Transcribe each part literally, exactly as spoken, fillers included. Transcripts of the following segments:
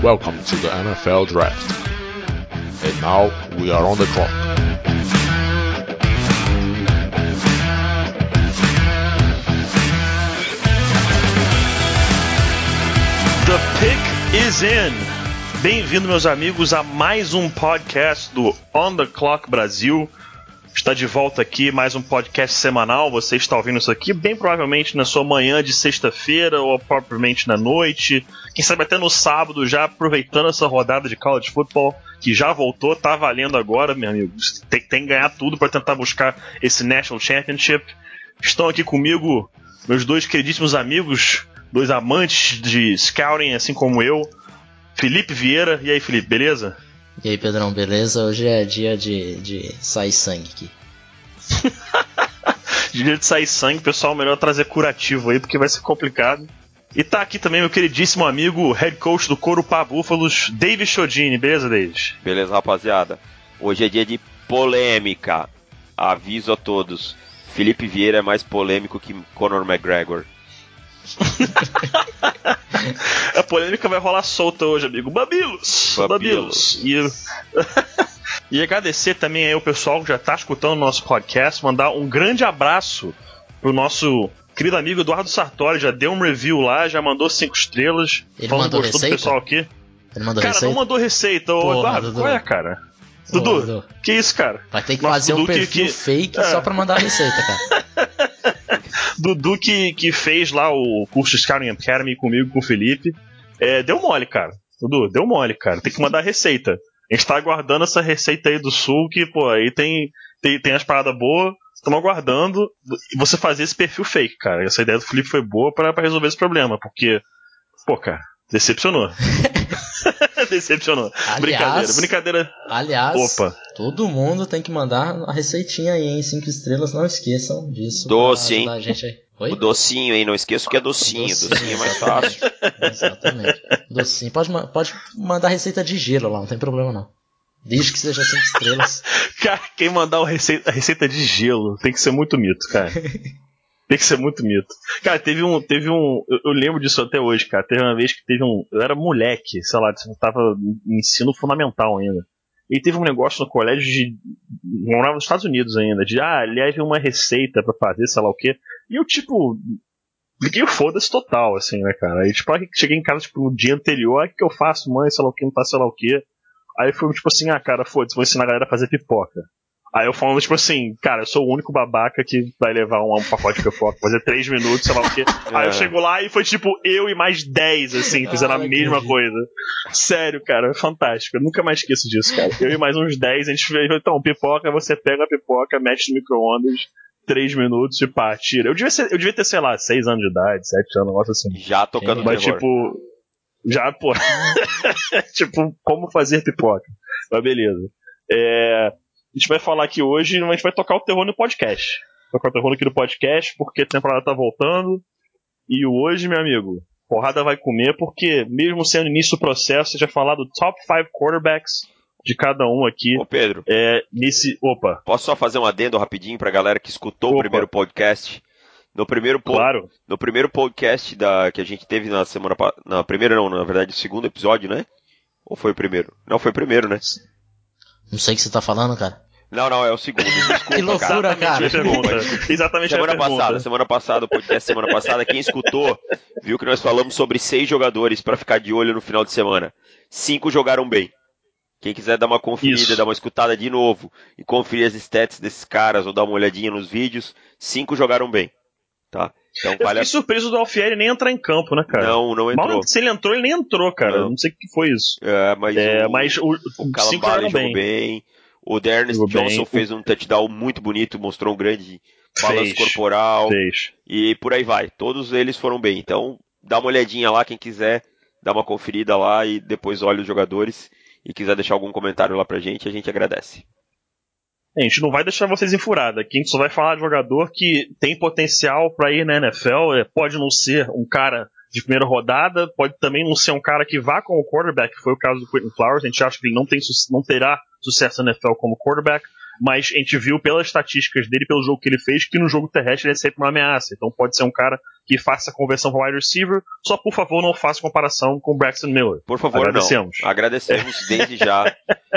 Welcome to the N F L Draft. And now we are on the clock. The pick is in. Bem-vindo, meus amigos, a mais um podcast do On the Clock Brasil. Está de volta aqui, mais um podcast semanal. Você está ouvindo isso aqui bem provavelmente na sua manhã de sexta-feira ou propriamente na noite. Quem sabe até no sábado, já aproveitando essa rodada de college football que já voltou, tá valendo agora, meu amigo. Tem, tem que ganhar tudo para tentar buscar esse National Championship. Estão aqui comigo meus dois queridíssimos amigos, dois amantes de scouting, assim como eu, Felipe Vieira. E aí, Felipe, beleza? E aí, Pedrão, beleza? Hoje é dia de, de sair sangue aqui. Dia de sair sangue, pessoal, melhor trazer curativo aí, porque vai ser complicado. E tá aqui também meu queridíssimo amigo, head coach do Corupá Búfalos, David Chodini. Beleza, David? Beleza, rapaziada. Hoje é dia de polêmica. Aviso a todos, Felipe Vieira é mais polêmico que Conor McGregor. A polêmica vai rolar solta hoje, amigo. Babilos! Babilos! E, e agradecer também aí o pessoal que já tá escutando o nosso podcast. Mandar um grande abraço pro nosso querido amigo Eduardo Sartori. Já deu um review lá, já mandou cinco estrelas. Ele falando mandou gostou receita? do pessoal aqui. Ele mandou cara, receita? não mandou receita. Ô, Porra, Eduardo, Dudu. qual é, cara? Pô, Dudu, Dudu. que isso, cara? Vai ter que Nossa, fazer um Dudu que- perfil que- fake é. só pra mandar a receita, cara. Dudu que, que fez lá o curso Scouting Academy comigo, com o Felipe. É, deu mole, cara. Dudu, deu mole, cara. Tem que mandar a receita. A gente tá aguardando essa receita aí do Sul, que, pô, aí tem, tem, tem as paradas boas. Estamos aguardando você fazer esse perfil fake, cara. Essa ideia do Felipe foi boa pra, pra resolver esse problema, porque, pô, cara, decepcionou. Decepcionou. Aliás, brincadeira, brincadeira. Aliás, Opa. todo mundo tem que mandar a receitinha aí, hein? Cinco estrelas, não esqueçam disso. Doce, pra hein? ajudar a gente aí. Oi? O docinho, hein? Não esqueça que é docinho. Docinho, é mais fácil. Exatamente. Docinho. Pode, ma- pode mandar receita de gelo lá, não tem problema não. Desde que seja cinco estrelas. Cara, quem mandar a receita, a receita de gelo tem que ser muito mito, cara. Tem que ser muito mito. Cara, teve um. Teve um eu, eu lembro disso até hoje, cara. Teve uma vez que teve um. Eu era moleque, sei lá, eu tava em ensino fundamental ainda. E teve um negócio no colégio de. Eu morava nos Estados Unidos ainda, de ah, leve uma receita pra fazer, sei lá o quê. E eu, tipo. Liguei o foda-se total, assim, né, cara? Aí, tipo, aí cheguei em casa, tipo, no dia anterior, ah, o que eu faço, mãe, sei lá o que, não faço, sei lá o quê. Aí foi tipo assim, ah, cara, foda-se, vou ensinar a galera a fazer pipoca. Aí eu falando, tipo assim, cara, eu sou o único babaca que vai levar um, um pacote de pipoca, fazer três minutos, sei lá o quê. Aí eu chego lá e foi tipo eu e mais dez, assim, fizeram Ah, a não mesma acredito. coisa. Sério, cara, é fantástico. Eu nunca mais esqueço disso, cara. Eu e mais uns dez, a gente fez, então, pipoca, você pega a pipoca, mete no micro-ondas, três minutos e pá, tira. Eu devia, ser, eu devia ter, sei lá, seis anos de idade, sete anos, um negócio assim. Já tocando Mas terror. tipo. Já, pô. Tipo, como fazer pipoca. Mas beleza. É, a gente vai falar aqui hoje, mas a gente vai tocar o terror no podcast. Tocar o terror aqui no podcast, porque a temporada tá voltando. E hoje, meu amigo, porrada vai comer, porque mesmo sendo início do processo, a gente vai falar do top cinco quarterbacks de cada um aqui. Ô, Pedro, É, nesse. Opa, posso só fazer um adendo rapidinho pra galera que escutou Opa. o primeiro podcast? No primeiro, po- claro. no primeiro podcast da, que a gente teve na semana passada. Na primeira não, na verdade, o segundo episódio, né? Ou foi o primeiro? Não, foi o primeiro, né? Não sei o que você tá falando, cara. Não, não, é o segundo. Desculpa, Que loucura, cara. Exatamente a pergunta. Exatamente Semana a pergunta. passada, semana passada, o podcast semana passada, quem escutou viu que nós falamos sobre seis jogadores pra ficar de olho no final de semana. Cinco jogaram bem. Quem quiser dar uma conferida, Isso. dar uma escutada de novo e conferir as stats desses caras ou dar uma olhadinha nos vídeos, cinco jogaram bem, tá? Então Eu vale fiquei a... surpreso do Alfieri nem entrar em campo, né, cara? Não, não entrou. Mal, se ele entrou, ele nem entrou, cara. Não. Não, sei o que foi isso. É, mas É, o, mas o, o os cinco Calambale jogaram jogou bem. bem. O D'Ernest Jogou Johnson bem. fez um touchdown muito bonito, mostrou um grande balanço Fez. corporal. Fez. E por aí vai. Todos eles foram bem. Então, dá uma olhadinha lá, quem quiser, dá uma conferida lá e depois olha os jogadores. E quiser deixar algum comentário lá pra gente, a gente agradece. A gente não vai deixar vocês em furada. Aqui a gente só vai falar de jogador que tem potencial pra ir na N F L. É, pode não ser um cara de primeira rodada, pode também não ser um cara que vá como quarterback, que foi o caso do Quentin Flowers. A gente acha que ele não, tem, não terá sucesso na N F L como quarterback. mas a gente viu pelas estatísticas dele, pelo jogo que ele fez, que no jogo terrestre ele é sempre uma ameaça. Então pode ser um cara que faça a conversão para wide receiver, só por favor não faça comparação com o Braxton Miller. Por favor, agradecemos. não. Agradecemos desde já.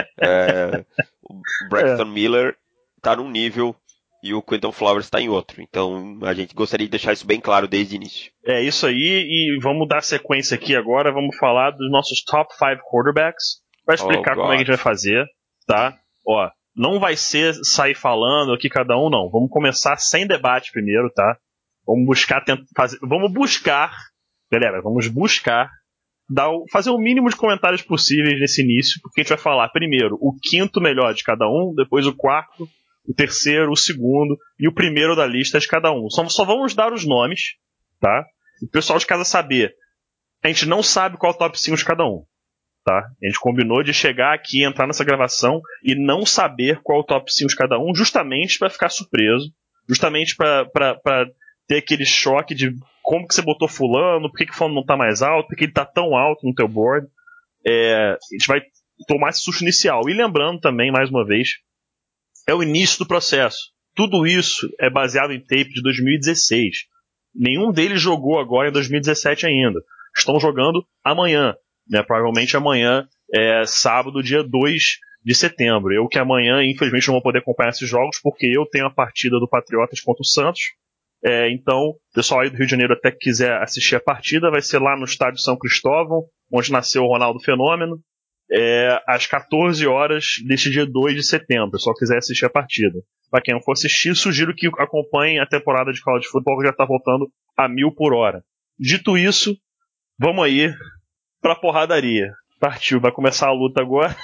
É, o Braxton é. Miller tá num nível e o Quinton Flowers está em outro. Então a gente gostaria de deixar isso bem claro desde o início. É isso aí, e vamos dar sequência aqui agora, vamos falar dos nossos top cinco quarterbacks, para explicar oh, como é que a gente vai fazer, tá? Ó, não vai ser sair falando aqui cada um, não. Vamos começar sem debate primeiro, tá? Vamos buscar, tentar fazer, vamos buscar, galera, vamos buscar dar o, fazer o mínimo de comentários possíveis nesse início, porque a gente vai falar primeiro o quinto melhor de cada um, depois o quarto, o terceiro, o segundo e o primeiro da lista de cada um. Só, só vamos dar os nomes, tá? O pessoal de casa saber. A gente não sabe qual é o top cinco de cada um, tá? A gente combinou de chegar aqui, entrar nessa gravação e não saber qual é o top cinco de cada um, justamente para ficar surpreso, justamente para ter aquele choque de como que você botou fulano, por que, que o fulano não tá mais alto, por que ele tá tão alto no teu board. É, a gente vai tomar esse susto inicial. E lembrando também, mais uma vez, é o início do processo. Tudo isso é baseado em tape de dois mil e dezesseis. Nenhum deles jogou agora em dois mil e dezessete ainda. Estão jogando amanhã, né? Provavelmente amanhã, é sábado, dia dois de setembro. Eu que amanhã, infelizmente, não vou poder acompanhar esses jogos, porque eu tenho a partida do Patriotas contra o Santos. É, então, o pessoal aí do Rio de Janeiro até que quiser assistir a partida, vai ser lá no estádio São Cristóvão, onde nasceu o Ronaldo Fenômeno, é, às quatorze horas deste dia dois de setembro, se o pessoal quiser assistir a partida. Para quem não for assistir, sugiro que acompanhem a temporada de college football, que já está voltando a mil por hora. Dito isso, vamos aí pra porradaria. Partiu, vai começar a luta agora.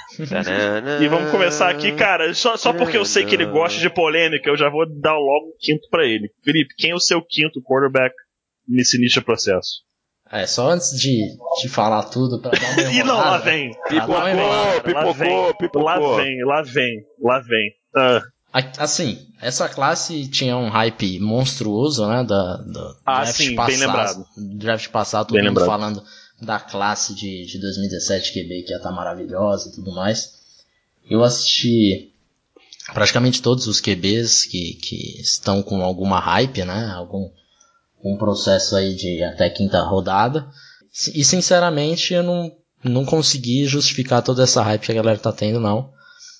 E vamos começar aqui, cara, só, só porque eu sei que ele gosta de polêmica, eu já vou dar logo o quinto pra ele. Felipe, quem é o seu quinto quarterback nesse início de processo? É, só antes de, de falar tudo, pra dar uma enrolada. E não, lá vem. Pipocou, pipocou, pipocou. Lá vem, lá vem, lá vem. Ah. Assim, essa classe tinha um hype monstruoso, né, da, do ah, draft sim, passado. Bem lembrado. Draft passado, todo bem mundo lembrado. falando da classe de, de dois mil e dezessete Q B, que ia estar maravilhosa e tudo mais. Eu assisti praticamente todos os Q Bs que, que estão com alguma hype, né, algum um processo aí de até quinta rodada. E sinceramente eu não, não consegui justificar toda essa hype que a galera tá tendo, não.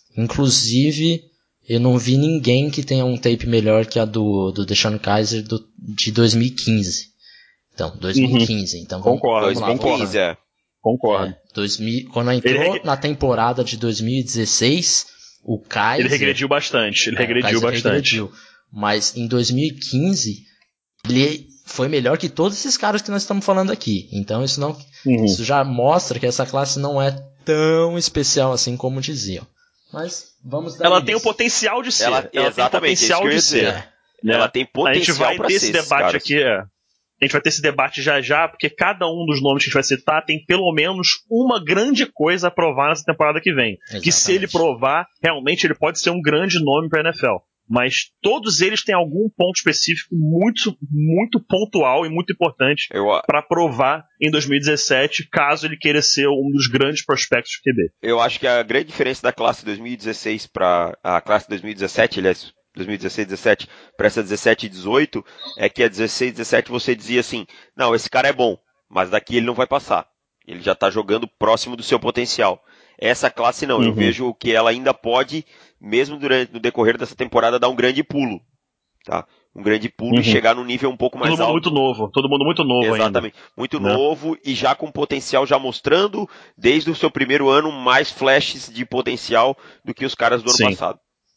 Inclusive, eu não vi ninguém que tenha um tape melhor que a do, do DeShone Kizer do, de dois mil e quinze. Então, dois mil e quinze. Uhum. Então, vamos, concordo, vamos lá. dois mil e quinze, é. Concordo. É, dois mil, quando entrou ele... na temporada de dois mil e dezesseis, o Kizer... Ele regrediu bastante, ele é, regrediu bastante. Regrediu. Mas em dois mil e quinze, ele foi melhor que todos esses caras que nós estamos falando aqui. Então, isso, não, uhum. isso já mostra que essa classe não é tão especial assim como diziam. Mas vamos dar Ela início. tem o potencial de ser. Ela, ela exatamente, tem o potencial de ser. É. Ela tem potencial para ser. A gente vai ter esse debate aqui. É. A gente vai ter esse debate já já, porque cada um dos nomes que a gente vai citar tem pelo menos uma grande coisa a provar nessa temporada que vem. Exatamente. Que se ele provar, realmente ele pode ser um grande nome para a N F L. Mas todos eles têm algum ponto específico muito, muito pontual e muito importante Eu... para provar em dois mil e dezessete, caso ele queira ser um dos grandes prospectos do Q B. Eu acho que a grande diferença da classe dois mil e dezesseis para a classe dois mil e dezessete, aliás, dois mil e dezesseis, dezessete para essa dezessete e dezoito, é que a dezesseis, dezessete você dizia assim, não, esse cara é bom, mas daqui ele não vai passar. Ele já está jogando próximo do seu potencial. Essa classe não, uhum. eu vejo que ela ainda pode, mesmo durante no decorrer dessa temporada, dar um grande pulo. Tá? Um grande pulo uhum. e chegar num nível um pouco mais todo alto. Todo mundo muito novo, todo mundo muito novo Exatamente, ainda. muito Não. novo e já com potencial, já mostrando desde o seu primeiro ano mais flashes de potencial do que os caras do ano Sim. passado.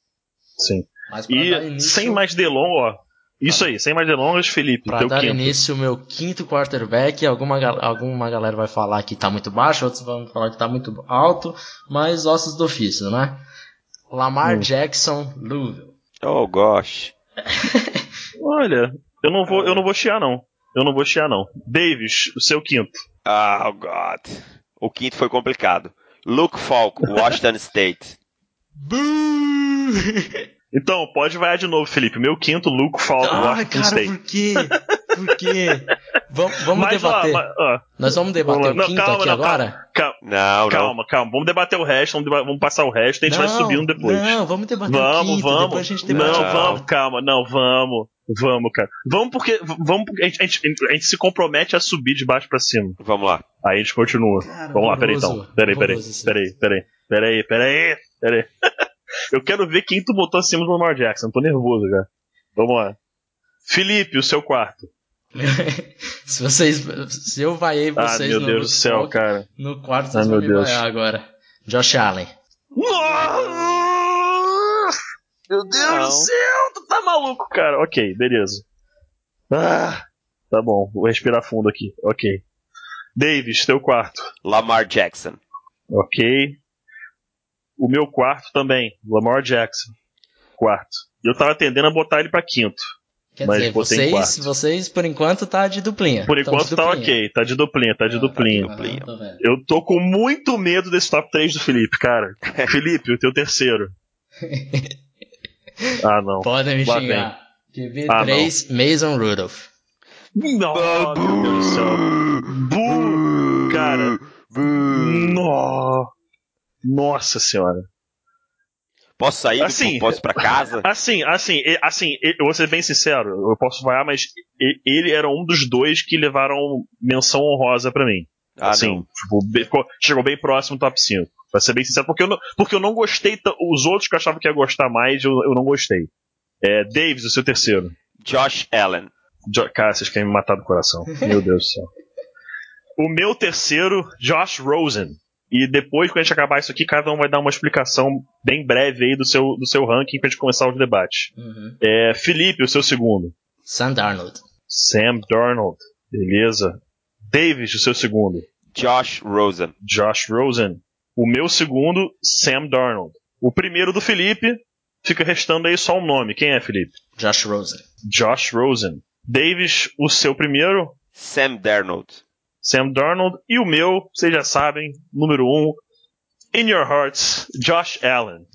Sim. E início... sem mais delongas, ó. Isso aí, sem mais delongas, Felipe. Pra teu dar quinto. início, o meu quinto quarterback, alguma, alguma galera vai falar que tá muito baixo, outros vão falar que tá muito alto, mas ossos do ofício, né? Lamar hum. Jackson, Louisville. Oh, gosh. Olha, eu não vou, eu não vou chiar, não. Eu não vou chiar, não. Davis, o seu quinto. Oh, God. O quinto foi complicado. Luke Falk, Washington State. Então, pode vaiar de novo, Felipe. Meu quinto, Luke Falk, ah, Washington cara, State. Por quê? Por quê? Vamos, vamos Mas, debater. Ó, mas, ó, Nós vamos debater vamos o quinto calma, aqui não, agora? Calma, Não, calma, não. calma. Vamos debater o resto, vamos, deba- vamos passar o resto, a gente não, vai subindo depois. Não, vamos debater o Vamos, quinto, vamos. depois a gente debate. Não, o vamos, quarto. calma, não, vamos. Vamos, cara. Vamos porque. Vamos porque a gente, a gente- a gente se compromete a subir de baixo pra cima. Vamos lá. Aí a gente continua. Cara, Vamos lá, peraí horroroso, então. Peraí, peraí. horroroso esse. Peraí, peraí. Peraí, peraí. Peraí. Eu quero ver quem tu botou acima do Lamar Jackson. Tô nervoso já. Vamos lá. Felipe, o seu quarto. se vocês. Se eu vaiei Ah, vocês meu no Deus do céu, Talk, cara. no quarto, Ah, vocês vão meu me Deus. vaiar agora. Josh Allen. Meu Deus Não. do céu, tu tá maluco, cara. Ok, beleza. Ah, tá bom, vou respirar fundo aqui. Ok. Davis, teu quarto. Lamar Jackson. Ok. O meu quarto também, Lamar Jackson. Quarto. E eu tava tendendo a botar ele pra quinto. Quer Mas dizer, botei em vocês, quarto. vocês, por enquanto, tá de duplinha. Por Tão enquanto de tá duplinha. ok, tá de duplinha, tá de Ah, duplinha. tá de duplinha. Aham, tô vendo. Eu tô com muito medo desse top três do Felipe, cara. Felipe, o teu terceiro. Ah, não. Podem me Lá xingar. Q B Ah, três, Mason Rudolph. Não, meu Deus do céu. Bu, cara. No... Nossa senhora. Posso sair? Assim, Posso ir pra casa? Assim, assim, e- assim, e- eu vou ser bem sincero, eu posso vaiar, mas e- ele era um dos dois que levaram menção honrosa pra mim. Ah, assim, não. tipo, be- ficou- chegou bem próximo do top cinco. Pra ser bem sincero, porque eu não, porque eu não gostei. t- Os outros que eu achava que ia gostar mais, eu, eu não gostei. É, Davis, o seu terceiro. Josh Allen. Jo- Cara, vocês querem me matar do coração. Meu Deus do céu. O meu terceiro, Josh Rosen. E depois, quando a gente acabar isso aqui, cada um vai dar uma explicação bem breve aí do seu, do seu ranking pra gente começar os debates. Uhum. É, Felipe, o seu segundo. Sam Darnold. Sam Darnold. Beleza. Davis, o seu segundo. Josh Rosen. Josh Rosen. O meu segundo, Sam Darnold. O primeiro do Felipe, fica restando aí só um nome. Quem é, Felipe? Josh Rosen. Josh Rosen. Davis, o seu primeiro, Sam Darnold. Sam Darnold. E o meu, vocês já sabem, número um, In Your Hearts, Josh Allen.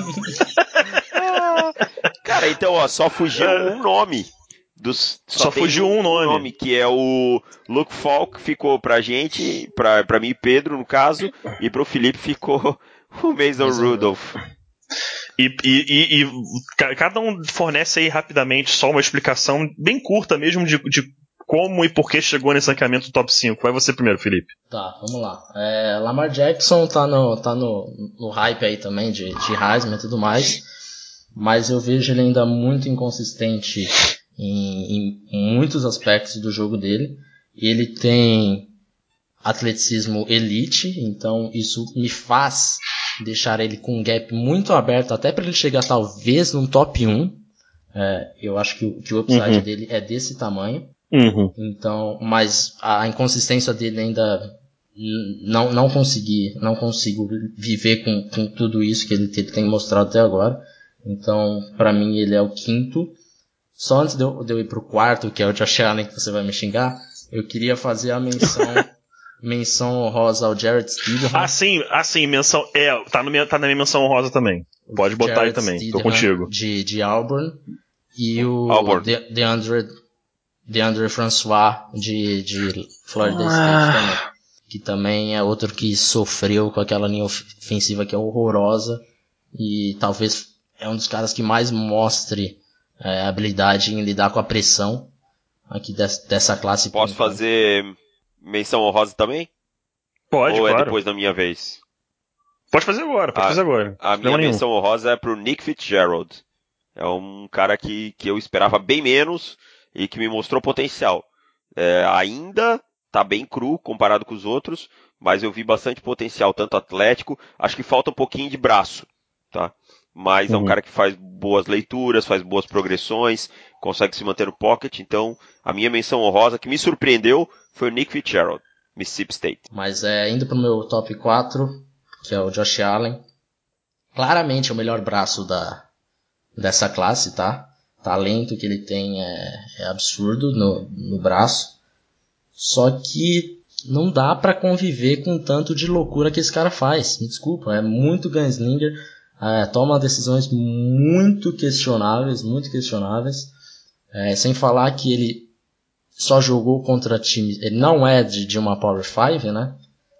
Cara, então, ó, só fugiu um nome. Dos, Só tem fugiu um nome. Que é o Luke Falk, ficou pra gente, pra, pra mim e Pedro, no caso, e pro Felipe ficou o Mason Mason Rudolph. E, e- e- e ca- cada um fornece aí rapidamente só uma explicação bem curta mesmo de, de como e por que chegou nesse ranqueamento do top cinco. Vai você primeiro, Felipe. Tá, vamos lá. É, Lamar Jackson tá no, tá no, no hype aí também de, de Heisman e tudo mais, mas eu vejo ele ainda muito inconsistente em, em muitos aspectos do jogo dele. Ele tem atleticismo elite, então isso me faz deixar ele com um gap muito aberto, até para ele chegar talvez num top um. É, eu acho que, o- que o upside Uhum. dele é desse tamanho. Uhum. Então, mas a inconsistência dele ainda n- não, não consegui, não consigo viver com, com tudo isso que ele, que ele tem mostrado até agora. Então, pra mim, ele é o quinto. Só antes de eu, de eu ir pro quarto, que é o Josh Allen, que você vai me xingar, eu queria fazer a menção, menção honrosa ao Jared Stidham. Assim, assim, menção. É, tá, no minha, tá na minha menção honrosa também. Pode botar aí Jared também, tô Stidham contigo. De, de Auburn. E o Auburn. De, DeAndre, DeAndre Francois de, de Florida Ah. State também. Que também é outro que sofreu com aquela linha ofensiva que é horrorosa. E talvez é um dos caras que mais mostre é, habilidade em lidar com a pressão aqui des, dessa classe. Posso fazer menção honrosa também? Pode, Ou é claro. depois da minha vez? Pode fazer agora, pode Ah, fazer agora. A minha Problema nenhum. menção honrosa é pro Nick Fitzgerald. É um cara que, que eu esperava bem menos e que me mostrou potencial. É, ainda tá bem cru comparado com os outros, mas eu vi bastante potencial, tanto atlético. Acho que falta um pouquinho de braço, tá? Mas é um Uhum. cara que faz boas leituras, faz boas progressões, consegue se manter no pocket. Então, a minha menção honrosa que me surpreendeu foi o Nick Fitzgerald, Mississippi State. Mas é, indo pro meu top quatro, que é o Josh Allen. Claramente é o melhor braço da, dessa classe, tá? Talento que ele tem é, é absurdo no, no braço. Só que não dá pra conviver com o tanto de loucura que esse cara faz. Me desculpa, é muito gunslinger. É, toma decisões muito questionáveis, muito questionáveis. É, sem falar que ele só jogou contra times... Ele não é de, de uma Power cinco, né?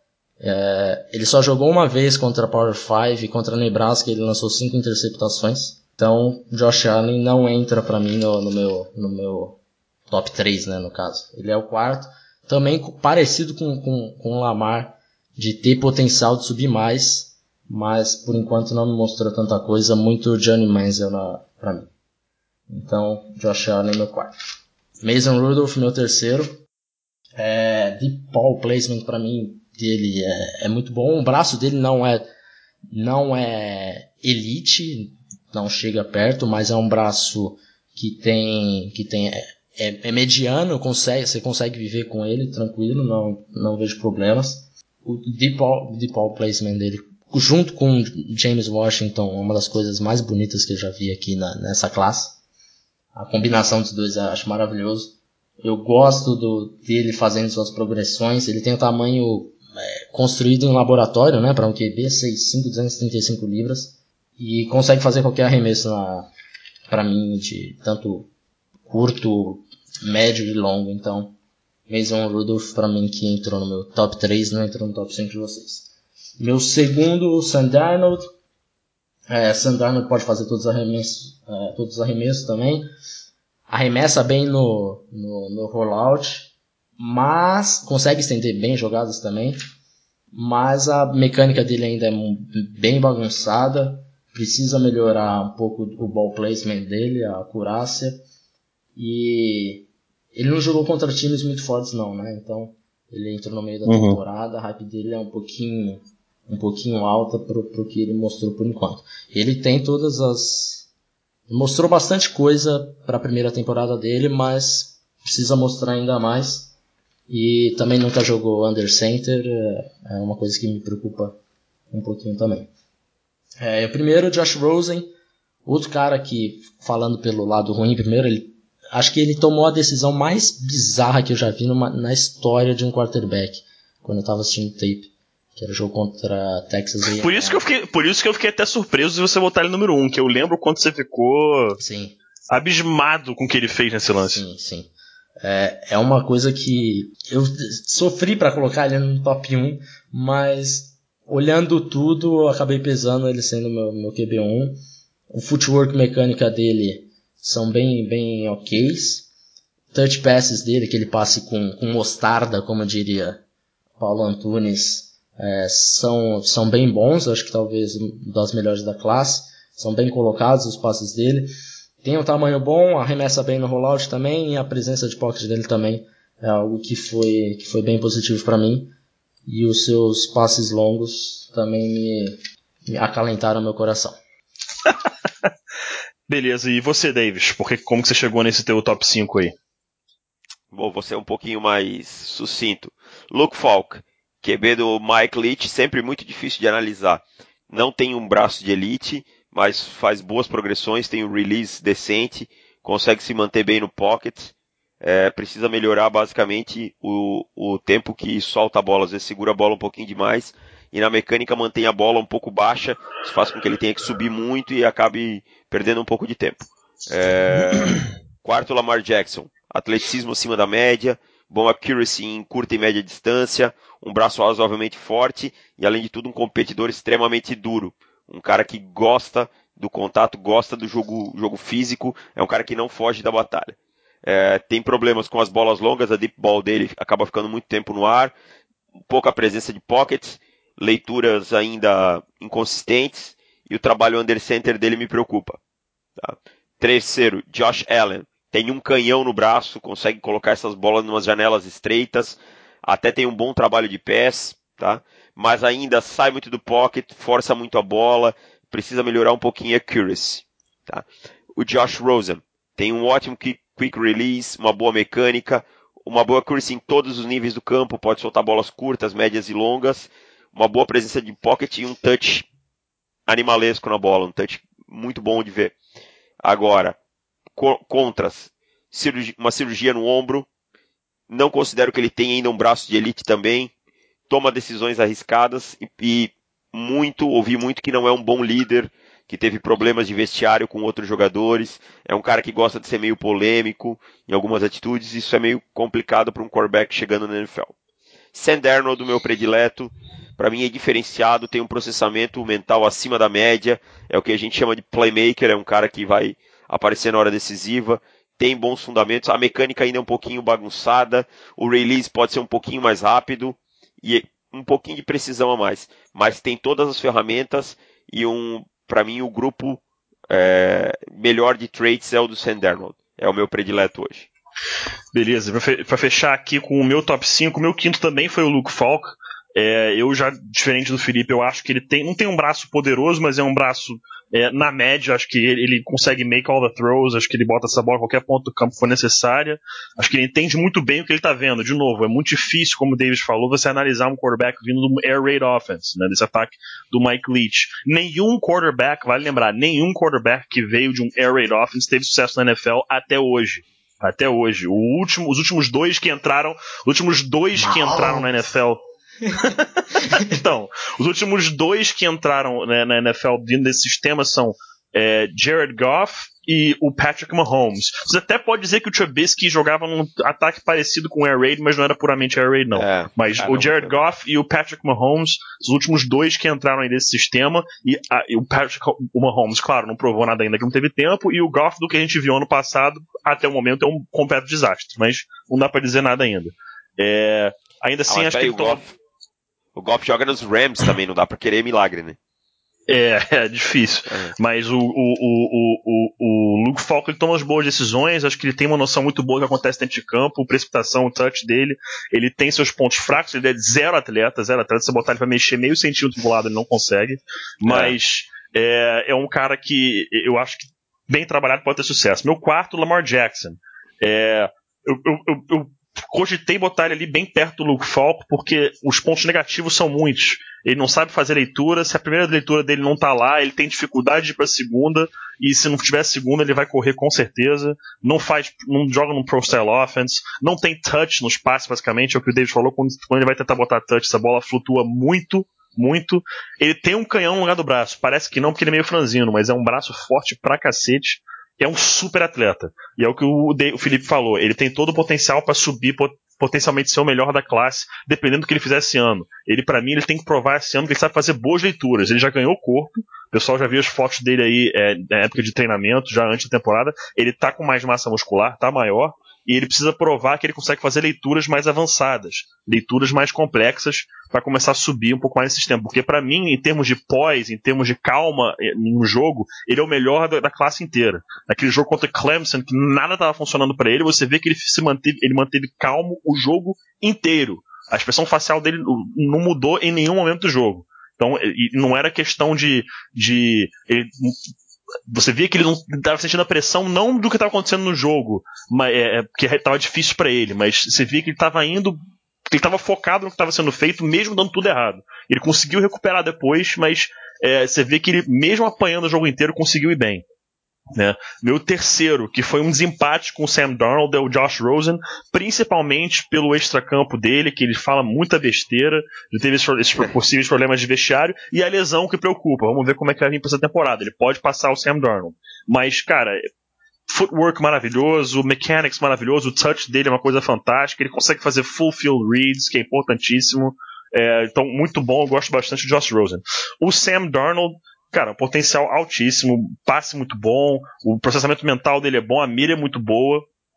É, ele só jogou uma vez contra a Power cinco e contra a Nebraska ele lançou cinco interceptações. Então, Josh Allen não entra pra mim no, no, meu, no meu top três, né, no caso. Ele é o quarto. Também parecido com, com, com o Lamar, de ter potencial de subir mais, mas por enquanto não me mostrou tanta coisa. Muito Johnny Manziel na, pra mim. Então, Josh Allen meu quarto. Mason Rudolph meu terceiro. É, deep ball placement pra mim dele é, é muito bom. O braço dele não é, não é elite, não chega perto, mas é um braço que tem, que tem é, é mediano, consegue, você consegue viver com ele tranquilo, não, não vejo problemas. O deep ball, deep ball placement dele, junto com James Washington, é uma das coisas mais bonitas que eu já vi aqui na, nessa classe. A combinação dos dois eu acho maravilhoso. Eu gosto do, dele fazendo suas progressões. Ele tem o tamanho é, construído em laboratório, né, para um Q B, seis vírgula cinco, duzentas e trinta e cinco libras. E consegue fazer qualquer arremesso para mim, de tanto curto, médio e longo. Então, Mason Rudolph para mim que entrou no meu top três, não entrou no top cinco de vocês. Meu segundo, Sam Darnold. É, Sam Darnold pode fazer todos os arremessos, é, todos os arremessos também. Arremessa bem no, no, no rollout, mas consegue estender bem jogadas também. Mas a mecânica dele ainda é bem bagunçada. Precisa melhorar um pouco o ball placement dele, a acurácia. E ele não jogou contra times muito fortes não, né? Então ele entrou no meio da uhum. temporada, a hype dele é um pouquinho, um pouquinho alta pro, pro que ele mostrou por enquanto. Ele tem todas as... Mostrou bastante coisa para a primeira temporada dele, mas precisa mostrar ainda mais. E também nunca jogou under center, é uma coisa que me preocupa um pouquinho também. É, o primeiro, Josh Rosen, outro cara que, falando pelo lado ruim, primeiro, ele, acho que ele tomou a decisão mais bizarra que eu já vi numa, na história de um quarterback, quando eu estava assistindo tape. Que era o jogo contra Texas A and M. Por isso que eu fiquei, por isso que eu fiquei até surpreso de você botar ele número um, que eu lembro quando você ficou sim. abismado com o que ele fez nesse lance. Sim, sim. É, é uma coisa que eu sofri para colocar ele no top um, mas olhando tudo, eu acabei pesando ele sendo meu, meu Q B um. O footwork mecânica dele são bem, bem ok's. Touch passes dele, aquele passe com, com mostarda, como diria Paulo Antunes, É, são, são bem bons, acho que talvez das melhores da classe, são bem colocados os passes dele, tem um tamanho bom, arremessa bem no rollout também, e a presença de pocket dele também é algo que foi, que foi bem positivo para mim, e os seus passes longos também me, me acalentaram meu coração. Beleza, e você, Davis? Porque, como que você chegou nesse teu top cinco aí? Bom, você é um pouquinho mais sucinto. Luke Falk, Q B do Mike Leach, sempre muito difícil de analisar. Não tem um braço de elite, mas faz boas progressões, tem um release decente, consegue se manter bem no pocket. É, precisa melhorar basicamente o, o tempo que solta a bola. Às vezes segura a bola um pouquinho demais e na mecânica mantém a bola um pouco baixa. Isso faz com que ele tenha que subir muito e acabe perdendo um pouco de tempo. É, quarto, Lamar Jackson. Atleticismo acima da média, bom accuracy em curta e média distância, um braço razoavelmente forte e, além de tudo, um competidor extremamente duro. Um cara que gosta do contato, gosta do jogo, jogo físico, é um cara que não foge da batalha. É, tem problemas com as bolas longas, a deep ball dele acaba ficando muito tempo no ar, pouca presença de pockets, leituras ainda inconsistentes e o trabalho under center dele me preocupa. Tá? Terceiro, Josh Allen. Tem um canhão no braço, consegue colocar essas bolas em umas janelas estreitas, até tem um bom trabalho de pés, tá? Mas ainda sai muito do pocket, força muito a bola, precisa melhorar um pouquinho a accuracy. Tá? O Josh Rosen tem um ótimo quick release, uma boa mecânica, uma boa accuracy em todos os níveis do campo, pode soltar bolas curtas, médias e longas, uma boa presença de pocket e um touch animalesco na bola, um touch muito bom de ver. Agora, contras, cirurgia, uma cirurgia no ombro, não considero que ele tenha ainda um braço de elite também, toma decisões arriscadas e, e muito, ouvi muito que não é um bom líder, que teve problemas de vestiário com outros jogadores, é um cara que gosta de ser meio polêmico em algumas atitudes, isso é meio complicado para um quarterback chegando na N F L. Sam Darnold, do meu predileto, para mim é diferenciado, tem um processamento mental acima da média, é o que a gente chama de playmaker, é um cara que vai aparecer na hora decisiva, tem bons fundamentos, a mecânica ainda é um pouquinho bagunçada, o release pode ser um pouquinho mais rápido e um pouquinho de precisão a mais, mas tem todas as ferramentas e um, para mim o grupo é, melhor de traits é o do Sam Darnold, é o meu predileto hoje. Beleza, para fechar aqui com o meu top cinco, o meu quinto também foi o Luke Falk. É, eu já, diferente do Felipe, eu acho que ele tem, não tem um braço poderoso, mas é um braço é, na média, acho que ele, ele consegue make all the throws, acho que ele bota essa bola em qualquer ponto do campo que for necessária, acho que ele entende muito bem o que ele está vendo. De novo, é muito difícil, como o Davis falou, você analisar um quarterback vindo do air raid offense, né, desse ataque do Mike Leach. Nenhum quarterback, vale lembrar, nenhum quarterback que veio de um air raid offense teve sucesso na N F L até hoje. Até hoje. O último, os últimos dois que entraram, os últimos dois que entraram na N F L. Então, os últimos dois que entraram, né, na N F L dentro desse sistema são é, Jared Goff e o Patrick Mahomes. Você até pode dizer que o Trubisky jogava num ataque parecido com o Air Raid, mas não era puramente Air Raid, não. É, mas o Jared Goff e o Patrick Mahomes, os últimos dois que entraram aí desse sistema, e, a, e o Patrick o Mahomes, claro, não provou nada ainda que não teve tempo, e o Goff, do que a gente viu ano passado, até o momento é um completo desastre, mas não dá pra dizer nada ainda. É, ainda assim, ah, acho que ele o Goff, o Goff joga nos Rams também, não dá pra querer milagre, né? É, é difícil. É. Mas o, o, o, o, o Luke Falk ele toma as boas decisões, acho que ele tem uma noção muito boa do que acontece dentro de campo, precipitação, o touch dele, ele tem seus pontos fracos, ele é zero atleta, zero atleta, se você botar ele pra mexer meio centímetro do lado ele não consegue, mas é. É, é um cara que eu acho que bem trabalhado pode ter sucesso. Meu quarto, Lamar Jackson. É, eu, eu, eu, eu cogitei botar ele ali bem perto do Luke Falk, porque os pontos negativos são muitos. Ele não sabe fazer leitura, se a primeira leitura dele não tá lá, ele tem dificuldade de ir pra segunda, e se não tiver segunda ele vai correr com certeza, não faz, não joga num pro style offense, não tem touch nos passes basicamente, é o que o David falou, quando, quando ele vai tentar botar touch, essa bola flutua muito, muito. Ele tem um canhão no lugar do braço, parece que não porque ele é meio franzino, mas é um braço forte pra cacete. É um super atleta. E é o que o, De, o Felipe falou. Ele tem todo o potencial para subir, pot, potencialmente ser o melhor da classe, dependendo do que ele fizer esse ano. Ele, para mim, ele tem que provar esse ano que ele sabe fazer boas leituras. Ele já ganhou o corpo. O pessoal já viu as fotos dele aí é, na época de treinamento, já antes da temporada. Ele tá com mais massa muscular, tá maior. E ele precisa provar que ele consegue fazer leituras mais avançadas, leituras mais complexas, para começar a subir um pouco mais nesse sistema. Porque para mim, em termos de poise, em termos de calma no jogo, ele é o melhor da, da classe inteira. Naquele jogo contra Clemson, que nada estava funcionando para ele, você vê que ele se manteve, ele manteve calmo o jogo inteiro. A expressão facial dele não mudou em nenhum momento do jogo. Então, não era questão de... de ele, você via que ele não estava sentindo a pressão não do que estava acontecendo no jogo, mas é, porque estava difícil para ele, mas você via que ele estava indo, que ele estava focado no que estava sendo feito, mesmo dando tudo errado. Ele conseguiu recuperar depois, mas é, você vê que ele, mesmo apanhando o jogo inteiro, conseguiu ir bem. Né? Meu terceiro, que foi um desempate com o Sam Darnold, é o Josh Rosen, principalmente pelo extracampo dele, que ele fala muita besteira, ele teve esses, esses possíveis problemas de vestiário, e a lesão que preocupa. Vamos ver como é que vai vir para essa temporada. Ele pode passar o Sam Darnold, mas, cara, footwork maravilhoso, mechanics maravilhoso, o touch dele é uma coisa fantástica, ele consegue fazer full field reads, que é importantíssimo. É, então, muito bom, eu gosto bastante do Josh Rosen. O Sam Darnold, cara, um potencial altíssimo, passe muito bom, o processamento mental dele é bom, a mira é muito boa.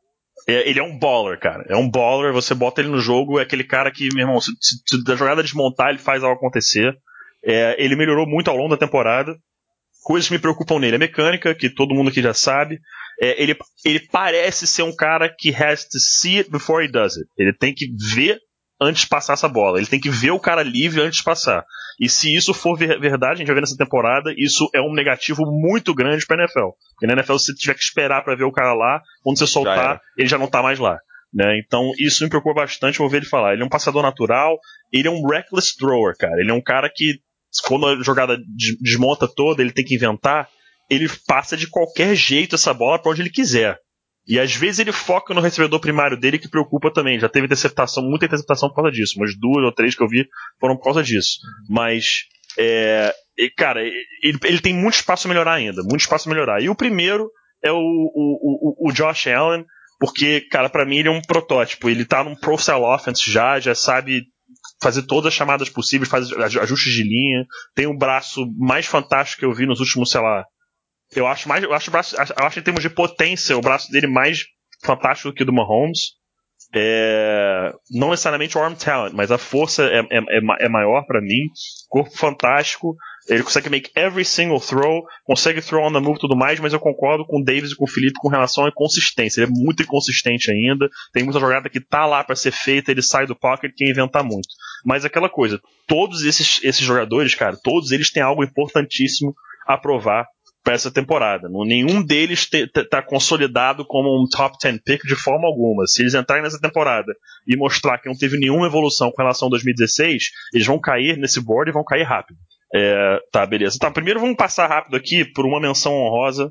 É, ele é um baller, cara. É um baller, você bota ele no jogo, é aquele cara que, meu irmão, se, se, se da jogada desmontar, ele faz algo acontecer. É, ele melhorou muito ao longo da temporada. Coisas que me preocupam nele. A mecânica, que todo mundo aqui já sabe. É, ele, ele parece ser um cara que has to see it before he does it. Ele tem que ver antes de passar essa bola. Ele tem que ver o cara livre antes de passar. E se isso for ver, verdade, a gente vai ver nessa temporada, isso é um negativo muito grande pra N F L. Porque na N F L, se você tiver que esperar pra ver o cara lá, quando você soltar, já ele já não tá mais lá. Né? Então, isso me preocupa bastante, vou ver ele falar. Ele é um passador natural, ele é um reckless thrower, cara. Ele é um cara que, quando a jogada desmonta toda, ele tem que inventar, ele passa de qualquer jeito essa bola pra onde ele quiser. E às vezes ele foca no recebedor primário dele, que preocupa também. Já teve interceptação, muita interceptação por causa disso. Umas duas ou três que eu vi foram por causa disso. Mas é, e, cara, ele, ele tem muito espaço a melhorar ainda, muito espaço a melhorar. E o primeiro é o, o, o, o Josh Allen, porque, cara, pra mim ele é um protótipo. Ele tá num pro style offense já, já sabe fazer todas as chamadas possíveis, faz ajustes de linha, tem o braço mais fantástico que eu vi nos últimos, sei lá. Eu acho mais, eu acho o braço, eu acho em termos de potência o braço dele mais fantástico do que o do Mahomes. É, não necessariamente o arm talent, mas a força é, é, é maior pra mim. Corpo fantástico. Ele consegue make every single throw, consegue throw on the move e tudo mais, mas eu concordo com o Davis e com o Felipe com relação à inconsistência. Ele é muito inconsistente ainda. Tem muita jogada que tá lá pra ser feita, ele sai do pocket e quer inventar muito. Mas aquela coisa, todos esses, esses jogadores, cara, todos eles têm algo importantíssimo a provar para essa temporada. Nenhum deles está consolidado como um top dez pick de forma alguma. Se eles entrarem nessa temporada e mostrar que não teve nenhuma evolução com relação a dois mil e dezesseis, eles vão cair nesse board e vão cair rápido. É, tá, beleza. Então, primeiro vamos passar rápido aqui por uma menção honrosa,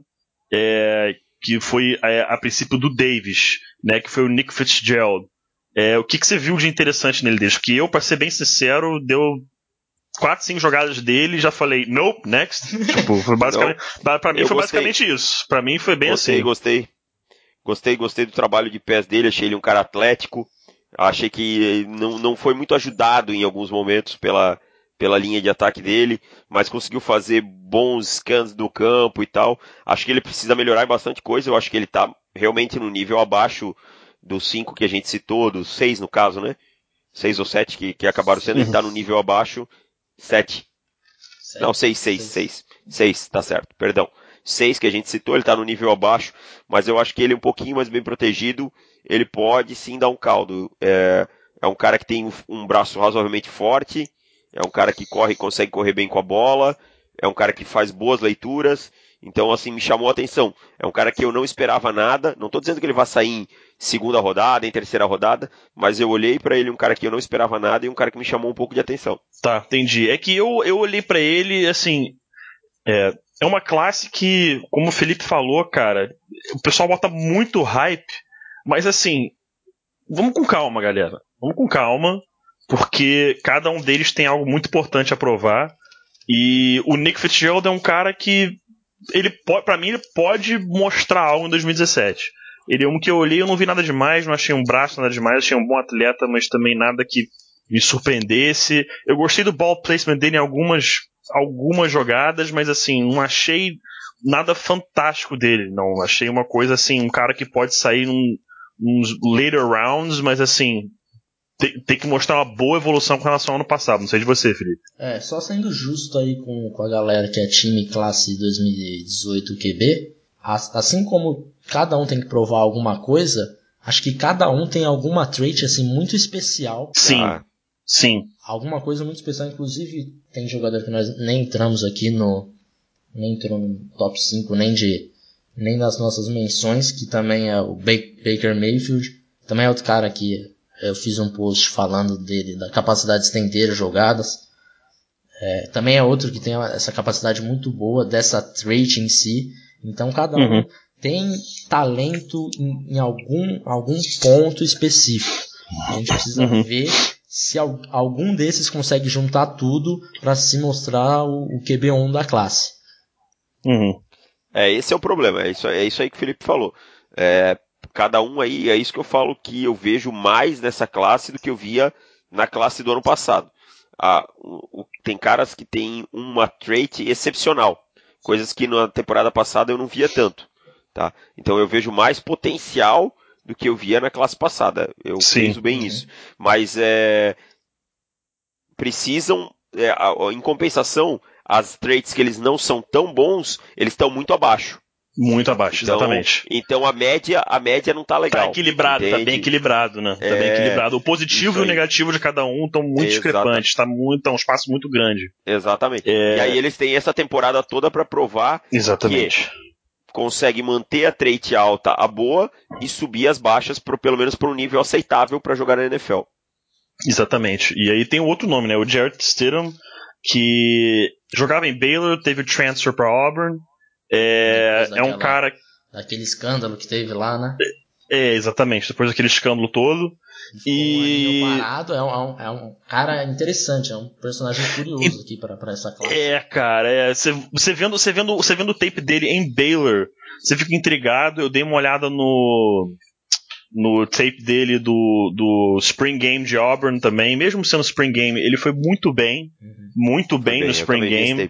é, que foi é, a princípio do Davis, né, que foi o Nick Fitzgerald. É, o que, que você viu de interessante nele desde? Que eu, para ser bem sincero, deu quatro, cinco jogadas dele, já falei, nope, next. Tipo, foi basicamente, pra mim eu foi gostei. basicamente isso. Pra mim foi bem gostei, assim. Gostei, gostei. Gostei, gostei do trabalho de pés dele, achei ele um cara atlético. Achei que não, não foi muito ajudado em alguns momentos pela, pela linha de ataque dele, mas conseguiu fazer bons scans do campo e tal. Acho que ele precisa melhorar bastante coisa, eu acho que ele tá realmente no nível abaixo dos cinco que a gente citou, dos seis no caso, né? Seis ou sete que, que acabaram sendo, ele tá no nível abaixo. Sete. Sete. Não, seis, seis, seis. Seis, seis, tá certo, perdão. Seis que a gente citou, ele tá no nível abaixo, mas eu acho que ele é um pouquinho mais bem protegido, ele pode sim dar um caldo. É, é um cara que tem um, um braço razoavelmente forte, é um cara que corre, consegue correr bem com a bola, é um cara que faz boas leituras, então assim, me chamou a atenção. É um cara que eu não esperava nada, não tô dizendo que ele vai sair em segunda rodada, em terceira rodada, mas eu olhei pra ele um cara que eu não esperava nada e um cara que me chamou um pouco de atenção. Tá, entendi. É que eu, eu olhei pra ele, assim, é, é uma classe que, como o Felipe falou, cara, o pessoal bota muito hype, mas assim, vamos com calma, galera. Vamos com calma, porque cada um deles tem algo muito importante a provar, e o Nick Fitzgerald é um cara que ele pode, pra mim, ele pode mostrar algo em dois mil e dezessete. Ele é um que eu olhei, eu não vi nada demais, não achei um braço nada demais, achei um bom atleta, mas também nada que me surpreendesse. Eu gostei do ball placement dele em algumas, algumas jogadas, mas assim, não achei nada fantástico dele, não. Achei uma coisa assim, um cara que pode sair num, nos later rounds, mas assim, tem, tem que mostrar uma boa evolução com relação ao ano passado. Não sei de você, Felipe. É, só sendo justo aí com, com a galera que é time classe dois mil e dezoito Q B, assim como cada um tem que provar alguma coisa, acho que cada um tem alguma trait assim muito especial. Sim, ah. sim. Alguma coisa muito especial, inclusive tem jogador que nós nem entramos aqui no nem entrou no top cinco, nem de nem nas nossas menções, que também é o Baker Mayfield, também é outro cara que eu fiz um post falando dele, da capacidade de estender jogadas. É, também é outro que tem essa capacidade muito boa dessa trait em si. Então cada um uhum. tem talento em, em algum, algum ponto específico. A gente precisa uhum. ver se algum desses consegue juntar tudo para se mostrar o, o Q B um da classe. Uhum. É, esse é o problema, é isso, é isso aí que o Felipe falou. É, cada um aí, é isso que eu falo que eu vejo mais nessa classe do que eu via na classe do ano passado. Ah, o, o, tem caras que têm uma trait excepcional, coisas que na temporada passada eu não via tanto. Tá? Então eu vejo mais potencial do que eu via na classe passada. Eu penso bem uhum. isso. Mas é, precisam, é, em compensação, as traits que eles não são tão bons, eles estão muito abaixo. Muito abaixo, então, exatamente. Então a média, a média não tá legal. Tá equilibrado, entende? Tá bem equilibrado, né? Tá é, bem equilibrado. O positivo e o negativo de cada um estão muito discrepantes, tá muito, tá um espaço muito grande. Exatamente. É... E aí eles têm essa temporada toda para provar exatamente. que consegue manter a trait alta a boa e subir as baixas pro, pelo menos para um nível aceitável para jogar na N F L. Exatamente. E aí tem outro nome, né? O Jarrett Stidham, que jogava em Baylor, teve o transfer para Auburn. É, daquela, é um cara... Daquele escândalo que teve lá, né? É, exatamente, depois daquele escândalo todo. E E... um parado, é um, é um cara interessante, é um personagem curioso aqui pra, pra essa classe. É, cara, você é, vendo, você vendo, você vendo o tape dele em Baylor, você fica intrigado. Eu dei uma olhada no no tape dele do, do Spring Game de Auburn também, mesmo sendo Spring Game, ele foi muito bem, uhum. muito bem, bem no Spring Game.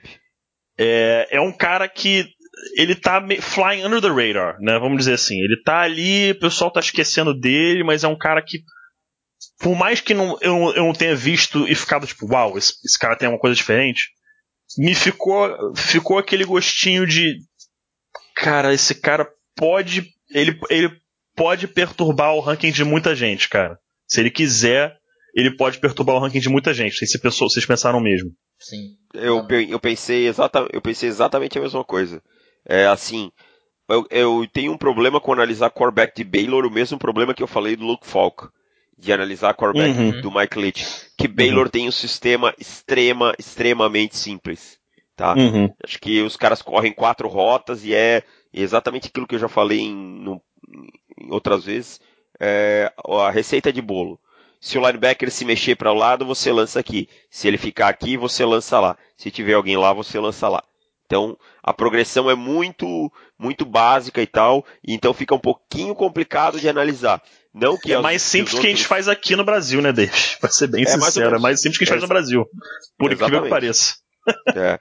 É, é um cara que ele tá flying under the radar, né? Vamos dizer assim. Ele tá ali, o pessoal tá esquecendo dele, mas é um cara que, por mais que não, eu, eu não tenha visto e ficado tipo, uau, wow, esse, esse cara tem uma coisa diferente, me ficou, ficou aquele gostinho de, cara, esse cara pode, ele, ele pode perturbar o ranking de muita gente, cara. Se ele quiser, ele pode perturbar o ranking de muita gente. Não sei se pessoas, vocês pensaram mesmo. Sim. Eu, eu, pensei exata, eu pensei exatamente a mesma coisa. É assim, eu, eu tenho um problema com analisar quarterback de Baylor, o mesmo problema que eu falei do Luke Falk, de analisar quarterback uhum. do Mike Leach. Que Baylor uhum. tem um sistema extrema, extremamente simples. Tá? Uhum. Acho que os caras correm quatro rotas e é exatamente aquilo que eu já falei em, no, em outras vezes. É a receita de bolo. Se o linebacker se mexer para o lado, você lança aqui. Se ele ficar aqui, você lança lá. Se tiver alguém lá, você lança lá. Então, a progressão é muito, muito básica e tal, e então fica um pouquinho complicado de analisar. Não que é as, mais simples que, outros... que a gente faz aqui no Brasil, né, David? Pra ser bem é sincero, mais é mais simples que a gente é, faz no Brasil. Por incrível que pareça. É.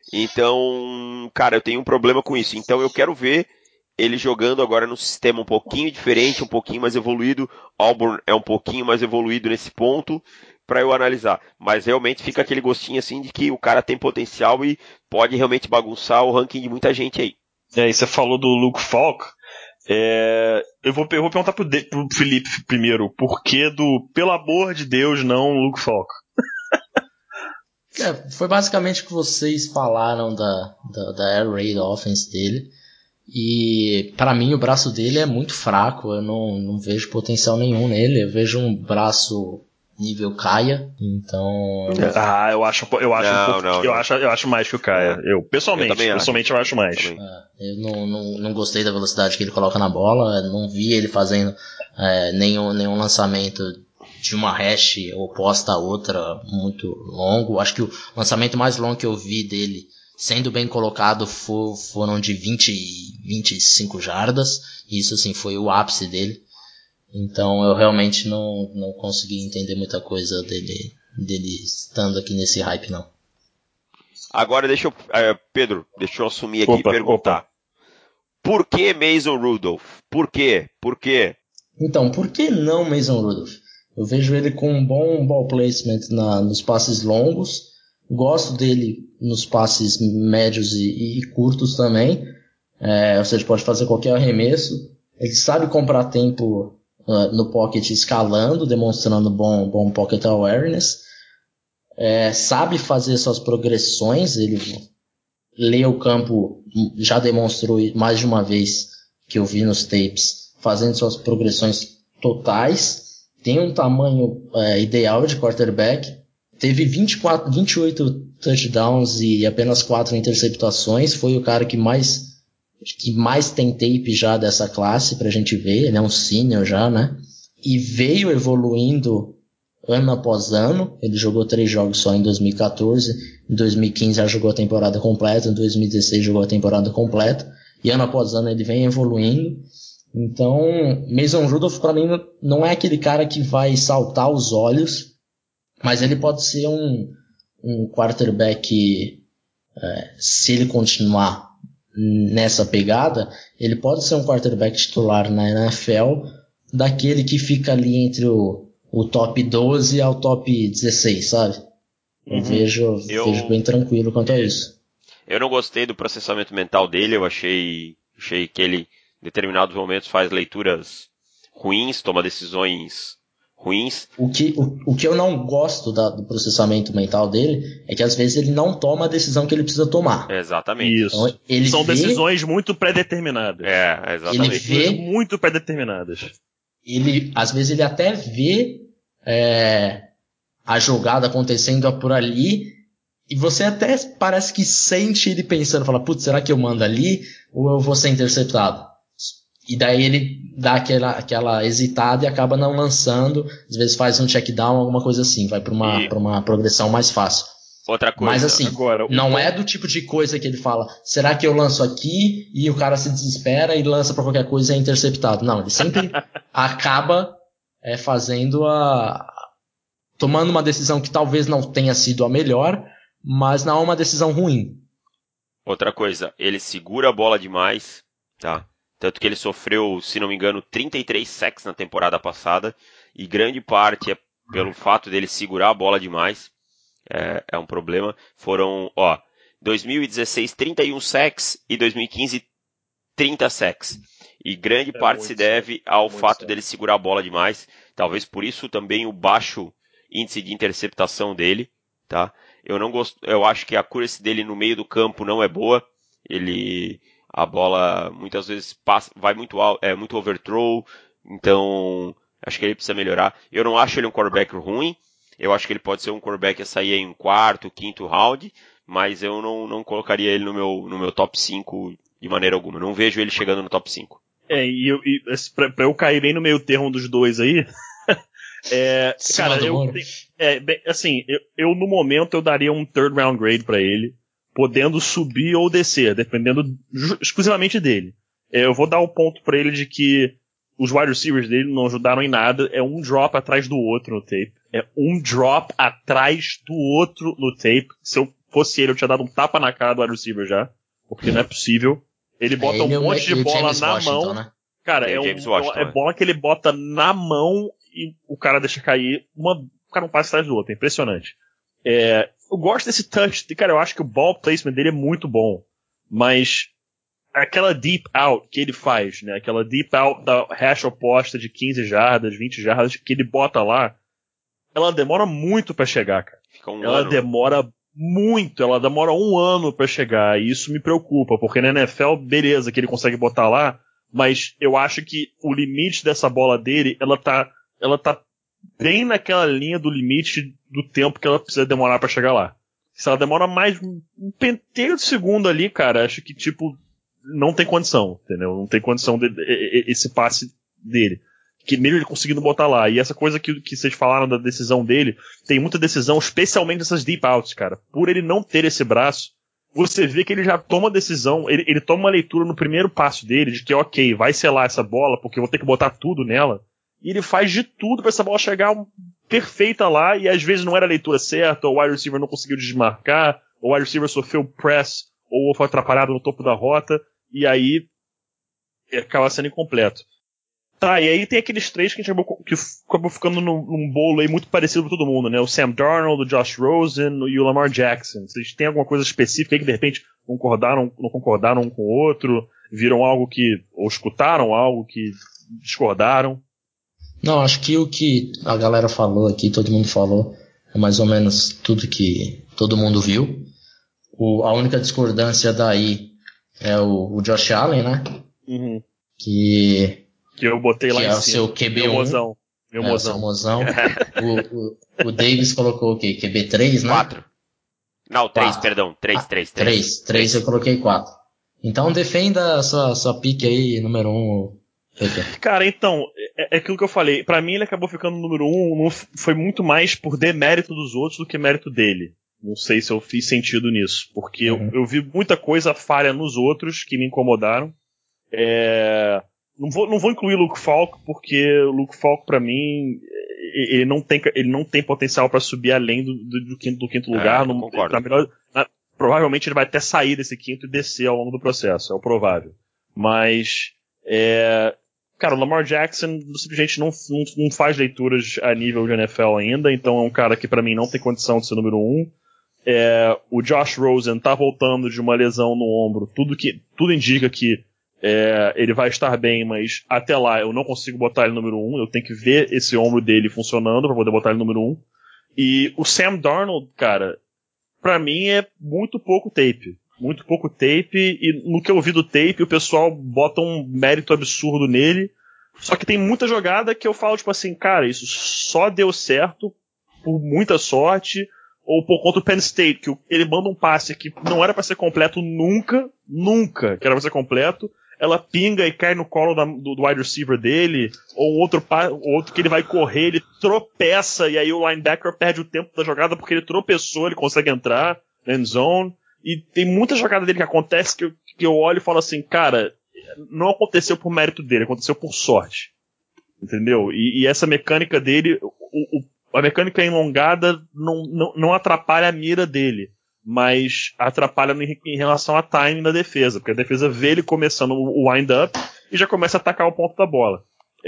Então, cara, eu tenho um problema com isso. Então, eu quero ver ele jogando agora num sistema um pouquinho diferente, um pouquinho mais evoluído. Auburn é um pouquinho mais evoluído nesse ponto para eu analisar. Mas realmente fica aquele gostinho assim de que o cara tem potencial e pode realmente bagunçar o ranking de muita gente aí. É, e você falou do Luke Falk. É, eu, vou, eu vou perguntar pro, de, pro Felipe primeiro, por que do, pelo amor de Deus, não Luke Falk? É, foi basicamente o que vocês falaram da, da, da Air Raid Offense dele. E para mim o braço dele é muito fraco, eu não, não vejo potencial nenhum nele. Eu vejo um braço nível Kaia, então... Ah, eu acho, eu acho não, um pouco, não, eu não. acho, eu acho mais que o Kaia. É. Eu pessoalmente, eu pessoalmente acho. eu acho mais. É, eu não, não, não gostei da velocidade que ele coloca na bola, não vi ele fazendo é, nenhum, nenhum lançamento de uma hash oposta a outra muito longo. Acho que o lançamento mais longo que eu vi dele, sendo bem colocado, for, foram de vinte, vinte e cinco jardas. Isso assim foi o ápice dele. Então eu realmente não, não consegui entender muita coisa dele, dele estando aqui nesse hype, não. Agora deixa eu, uh, Pedro, deixa eu assumir aqui opa, e perguntar. Opa. Por que Mason Rudolph? Por quê? Por quê? Então, por que não Mason Rudolph? Eu vejo ele com um bom ball placement na, nos passes longos. Gosto dele nos passes médios e, e curtos também. É, ou seja, pode fazer qualquer arremesso. Ele sabe comprar tempo uh, no pocket escalando, demonstrando bom, bom pocket awareness. É, sabe fazer suas progressões. Ele lê o campo, já demonstrou mais de uma vez que eu vi nos tapes, fazendo suas progressões totais. Tem um tamanho é, ideal de quarterback. Teve vinte e quatro, vinte e oito touchdowns e apenas quatro interceptações. Foi o cara que mais, que mais tem tape já dessa classe pra gente ver. Ele é um senior já, né? E veio evoluindo ano após ano. Ele jogou três jogos só em dois mil e catorze. Em dois mil e quinze já jogou a temporada completa. Em dois mil e dezesseis jogou a temporada completa. E ano após ano ele vem evoluindo. Então, Mason Rudolph para mim não é aquele cara que vai saltar os olhos, mas ele pode ser um, um quarterback, é, se ele continuar nessa pegada, ele pode ser um quarterback titular na N F L, daquele que fica ali entre o, o top doze ao top dezesseis, sabe? Eu, uhum. vejo, eu vejo bem tranquilo quanto a isso. Eu não gostei do processamento mental dele, eu achei, achei que ele em determinados momentos faz leituras ruins, toma decisões ruins. O que, o, o que eu não gosto da, do processamento mental dele é que às vezes ele não toma a decisão que ele precisa tomar. Exatamente. Isso. Então, ele São vê, decisões muito pré-determinadas. É, exatamente. Ele vê, muito pré-determinadas. Ele, às vezes ele até vê é, a jogada acontecendo por ali e você até parece que sente ele pensando, fala, putz, será que eu mando ali ou eu vou ser interceptado? e daí ele dá aquela, aquela hesitada e acaba não lançando, às vezes faz um check down, alguma coisa assim, vai para uma, E- pra uma progressão mais fácil. Outra coisa. Mas assim, Agora, o não ponto- é do tipo de coisa que ele fala, será que eu lanço aqui e o cara se desespera e lança pra qualquer coisa e é interceptado. Não, ele sempre acaba é, fazendo a... tomando uma decisão que talvez não tenha sido a melhor, mas não é uma decisão ruim. Outra coisa, ele segura a bola demais, tá? Tanto que ele sofreu, se não me engano, trinta e três sacks na temporada passada, e grande parte é pelo fato dele segurar a bola demais. É, é um problema. Foram, ó, dois mil e dezesseis, trinta e um sacks e dois mil e quinze, trinta sacks. E grande É parte muito se deve ao muito fato sack. dele segurar a bola demais. Talvez por isso também o baixo índice de interceptação dele, tá? Eu não gosto, eu acho que a accuracy dele no meio do campo não é boa. Ele, a bola muitas vezes passa, vai muito al- é muito overthrow, então acho que ele precisa melhorar. Eu não acho ele um quarterback ruim. Eu acho que ele pode ser um quarterback a sair em quarto, quinto round, mas eu não, não colocaria ele no meu, no meu top cinco de maneira alguma. Eu não vejo ele chegando no top cinco. É, e, eu, e esse- pra, pra eu cair bem no meio termo dos dois aí, é, Cima cara, do eu, muro. tenho- é, bem, assim, eu, eu no momento eu daria um third round grade pra ele, podendo subir ou descer, dependendo ju- exclusivamente dele. É, eu vou dar o ponto pra ele de que os wide receivers dele não ajudaram em nada, é um drop atrás do outro no tape. É um drop atrás do outro no tape. Se eu fosse ele, eu tinha dado um tapa na cara do wide receiver já, porque não é possível. Ele bota É ele e um o- monte de e o bola James na Washington, mão. né? Cara, Tem é, o um, James Washington, é é. bola que ele bota na mão e o cara deixa cair. Uma, o cara não passa atrás do outro, é impressionante. É, eu gosto desse touch, cara, eu acho que o ball placement dele é muito bom, mas aquela deep out que ele faz, né, aquela deep out da hash oposta de quinze jardas, vinte jardas que ele bota lá, ela demora muito pra chegar, cara. Fica um Ela ano. demora muito, ela demora um ano pra chegar, e isso me preocupa, porque na N F L, beleza, que ele consegue botar lá, mas eu acho que o limite dessa bola dele, ela tá, ela tá bem naquela linha do limite do tempo que ela precisa demorar pra chegar lá. Se ela demora mais um um penteio de segundo ali, cara, acho que, tipo, não tem condição, entendeu? Não tem condição de, de- de- esse passe dele. Que mesmo ele conseguindo botar lá. E essa coisa que, que vocês falaram da decisão dele, tem muita decisão, especialmente essas deep outs, cara. Por ele não ter esse braço, você vê que ele já toma a decisão, ele, ele toma uma leitura no primeiro passo dele, de que, ok, vai selar essa bola, porque eu vou ter que botar tudo nela. E ele faz de tudo pra essa bola chegar um- perfeita lá, e às vezes não era a leitura certa, ou o wide receiver não conseguiu desmarcar, ou o wide receiver sofreu press, ou foi atrapalhado no topo da rota, e aí acaba sendo incompleto. Tá, e aí tem aqueles três que a gente acabou, que acabou ficando num, num bolo aí muito parecido com todo mundo, né? O Sam Darnold, o Josh Rosen e o Lamar Jackson. Vocês têm alguma coisa específica aí que de repente concordaram, não concordaram um com o outro, viram algo que, ou escutaram algo que discordaram? Não, acho que o que a galera falou aqui, todo mundo falou, é mais ou menos tudo que todo mundo viu. O, a única discordância daí é o, o Josh Allen, né? Uhum. Que, Que eu botei que lá é em o cima. seu Q B um. Meu mozão. Meu é, o seu mozão. mozão. o, o, o Davis colocou o quê? Q B três, né? Quatro. Não, três, Quatro. perdão. Três, Ah, três, três. três. Três eu coloquei quatro. Então defenda a sua, sua pique aí, número um, Pepe. Cara, então, é, é aquilo que eu falei. Pra mim, ele acabou ficando no número um. Não f- foi muito mais por demérito dos outros do que mérito dele. Não sei se eu fiz sentido nisso. Porque Uhum. eu, eu vi muita coisa falha nos outros que me incomodaram. É, não, vou, não vou incluir Luke Falk, porque o Luke Falk, pra mim, e- ele não tem, ele não tem potencial pra subir além do, do, do quinto, do quinto É, lugar. eu Não- concordo. na melhor- na- provavelmente ele vai até sair desse quinto e descer ao longo do processo. É o provável. Mas. É, cara, o Lamar Jackson simplesmente não, não, não faz leituras a nível de N F L ainda, então é um cara que pra mim não tem condição de ser número um. É, o Josh Rosen tá voltando de uma lesão no ombro, tudo, que, tudo indica que é, ele vai estar bem, mas até lá eu não consigo botar ele número um, eu tenho que ver esse ombro dele funcionando pra poder botar ele número um. E o Sam Darnold, cara, pra mim é muito pouco tape. Muito pouco tape, e no que eu vi do tape, o pessoal bota um mérito absurdo nele. Só que tem muita jogada que eu falo, tipo assim, cara, isso só deu certo por muita sorte, ou por conta do Penn State, que ele manda um passe que não era pra ser completo nunca, nunca que era pra ser completo. ela pinga e cai no colo da, do, do wide receiver dele, ou outro, outro que ele vai correr, ele tropeça, e aí o linebacker perde o tempo da jogada porque ele tropeçou, ele consegue entrar na end zone. E tem muita jogada dele que acontece que eu, que eu olho e falo assim, cara, não aconteceu por mérito dele, aconteceu por sorte. Entendeu? E, e essa mecânica dele, o, o, a mecânica enlongada não, não, não atrapalha a mira dele, mas atrapalha em, em relação a timing da defesa, porque a defesa vê ele começando o wind-up e já começa a atacar o ponto da bola.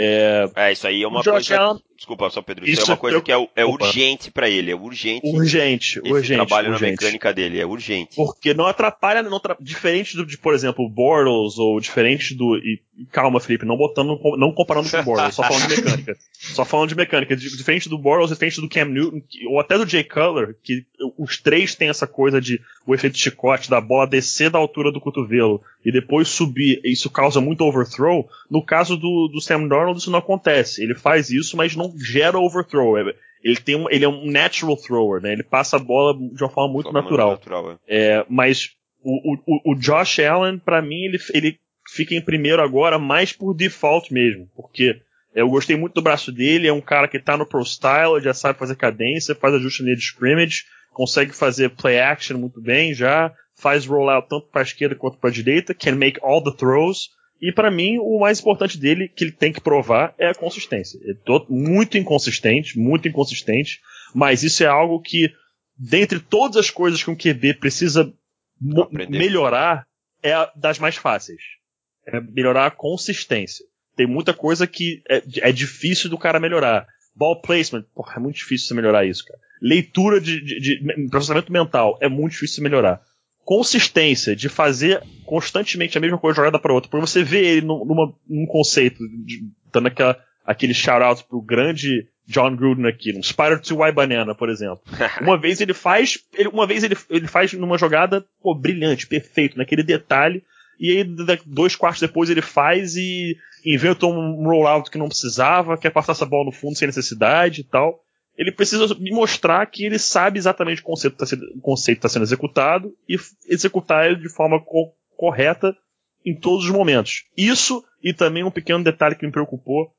É, é isso aí é uma Josh coisa... Allen, Desculpa, só Pedro, isso, isso é uma coisa eu, que é, é opa. urgente pra ele, é urgente. Urgente, esse urgente. trabalho urgente. na mecânica dele, é urgente. Porque não atrapalha, não tra... diferente do, de, por exemplo, o Bortles, ou diferente do... E, calma, Felipe, não botando, não comparando com o Bortles, só falando de mecânica. Só falando de mecânica. Diferente do Bortles, diferente do Cam Newton, ou até do Jay Cutler, que os três têm essa coisa de o efeito chicote, da bola descer da altura do cotovelo e depois subir, isso causa muito overthrow. No caso do, do Sam Darnold, isso não acontece. Ele faz isso, mas não gera overthrow. Ele, tem um, ele é um natural thrower, né? Ele passa a bola de uma forma muito natural. Muito natural é. É, mas o, o, o Josh Allen, pra mim, ele, ele fica em primeiro agora mais por default mesmo. Porque eu gostei muito do braço dele, é um cara que tá no pro style, já sabe fazer cadência, faz ajuste na linha de scrimmage, consegue fazer play action muito bem já, faz rollout tanto pra esquerda quanto pra direita, can make all the throws. E pra mim, o mais importante dele, que ele tem que provar, é a consistência. Ele é muito inconsistente, muito inconsistente, mas isso é algo que, dentre todas as coisas que um Q B precisa mo- melhorar, é a das mais fáceis. É melhorar a consistência. Tem muita coisa que é, é difícil do cara melhorar. Ball placement, porra, é muito difícil você melhorar isso, cara. Leitura de, de, de processamento mental, é muito difícil você melhorar. Consistência, de fazer constantemente a mesma coisa jogada para outra. Porque você vê ele numa, num conceito, de, dando aquela, aquele shout-out pro grande John Gruden aqui, um Spider to Y Banana, por exemplo. Uma vez ele faz, ele, uma vez ele, ele faz numa jogada, pô, brilhante, perfeito, naquele detalhe, e aí dois quartos depois ele faz e inventa um rollout que não precisava, quer passar essa bola no fundo sem necessidade e tal. Ele precisa me mostrar que ele sabe exatamente o conceito que está sendo executado e executar ele de forma co- correta em todos os momentos. Isso, e também um pequeno detalhe que me preocupou,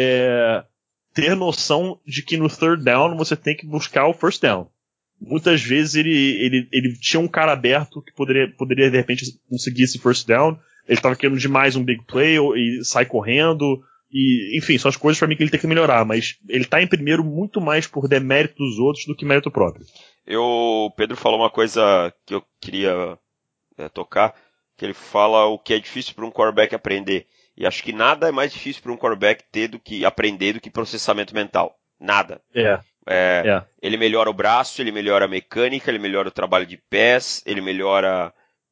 é ter noção de que no third down você tem que buscar o first down. Muitas vezes ele, ele, ele tinha um cara aberto que poderia, poderia de repente conseguir esse first down, ele estava querendo demais um big play e sai correndo. E, enfim, são as coisas pra mim que ele tem que melhorar, mas ele tá em primeiro muito mais por demérito dos outros do que mérito próprio. Eu, o Pedro falou uma coisa que eu queria é, tocar, que ele fala o que é difícil para um quarterback aprender. E acho que nada é mais difícil para um quarterback ter do que aprender do que processamento mental. Nada. É. É, é. Ele melhora o braço, ele melhora a mecânica, ele melhora o trabalho de pés, ele melhora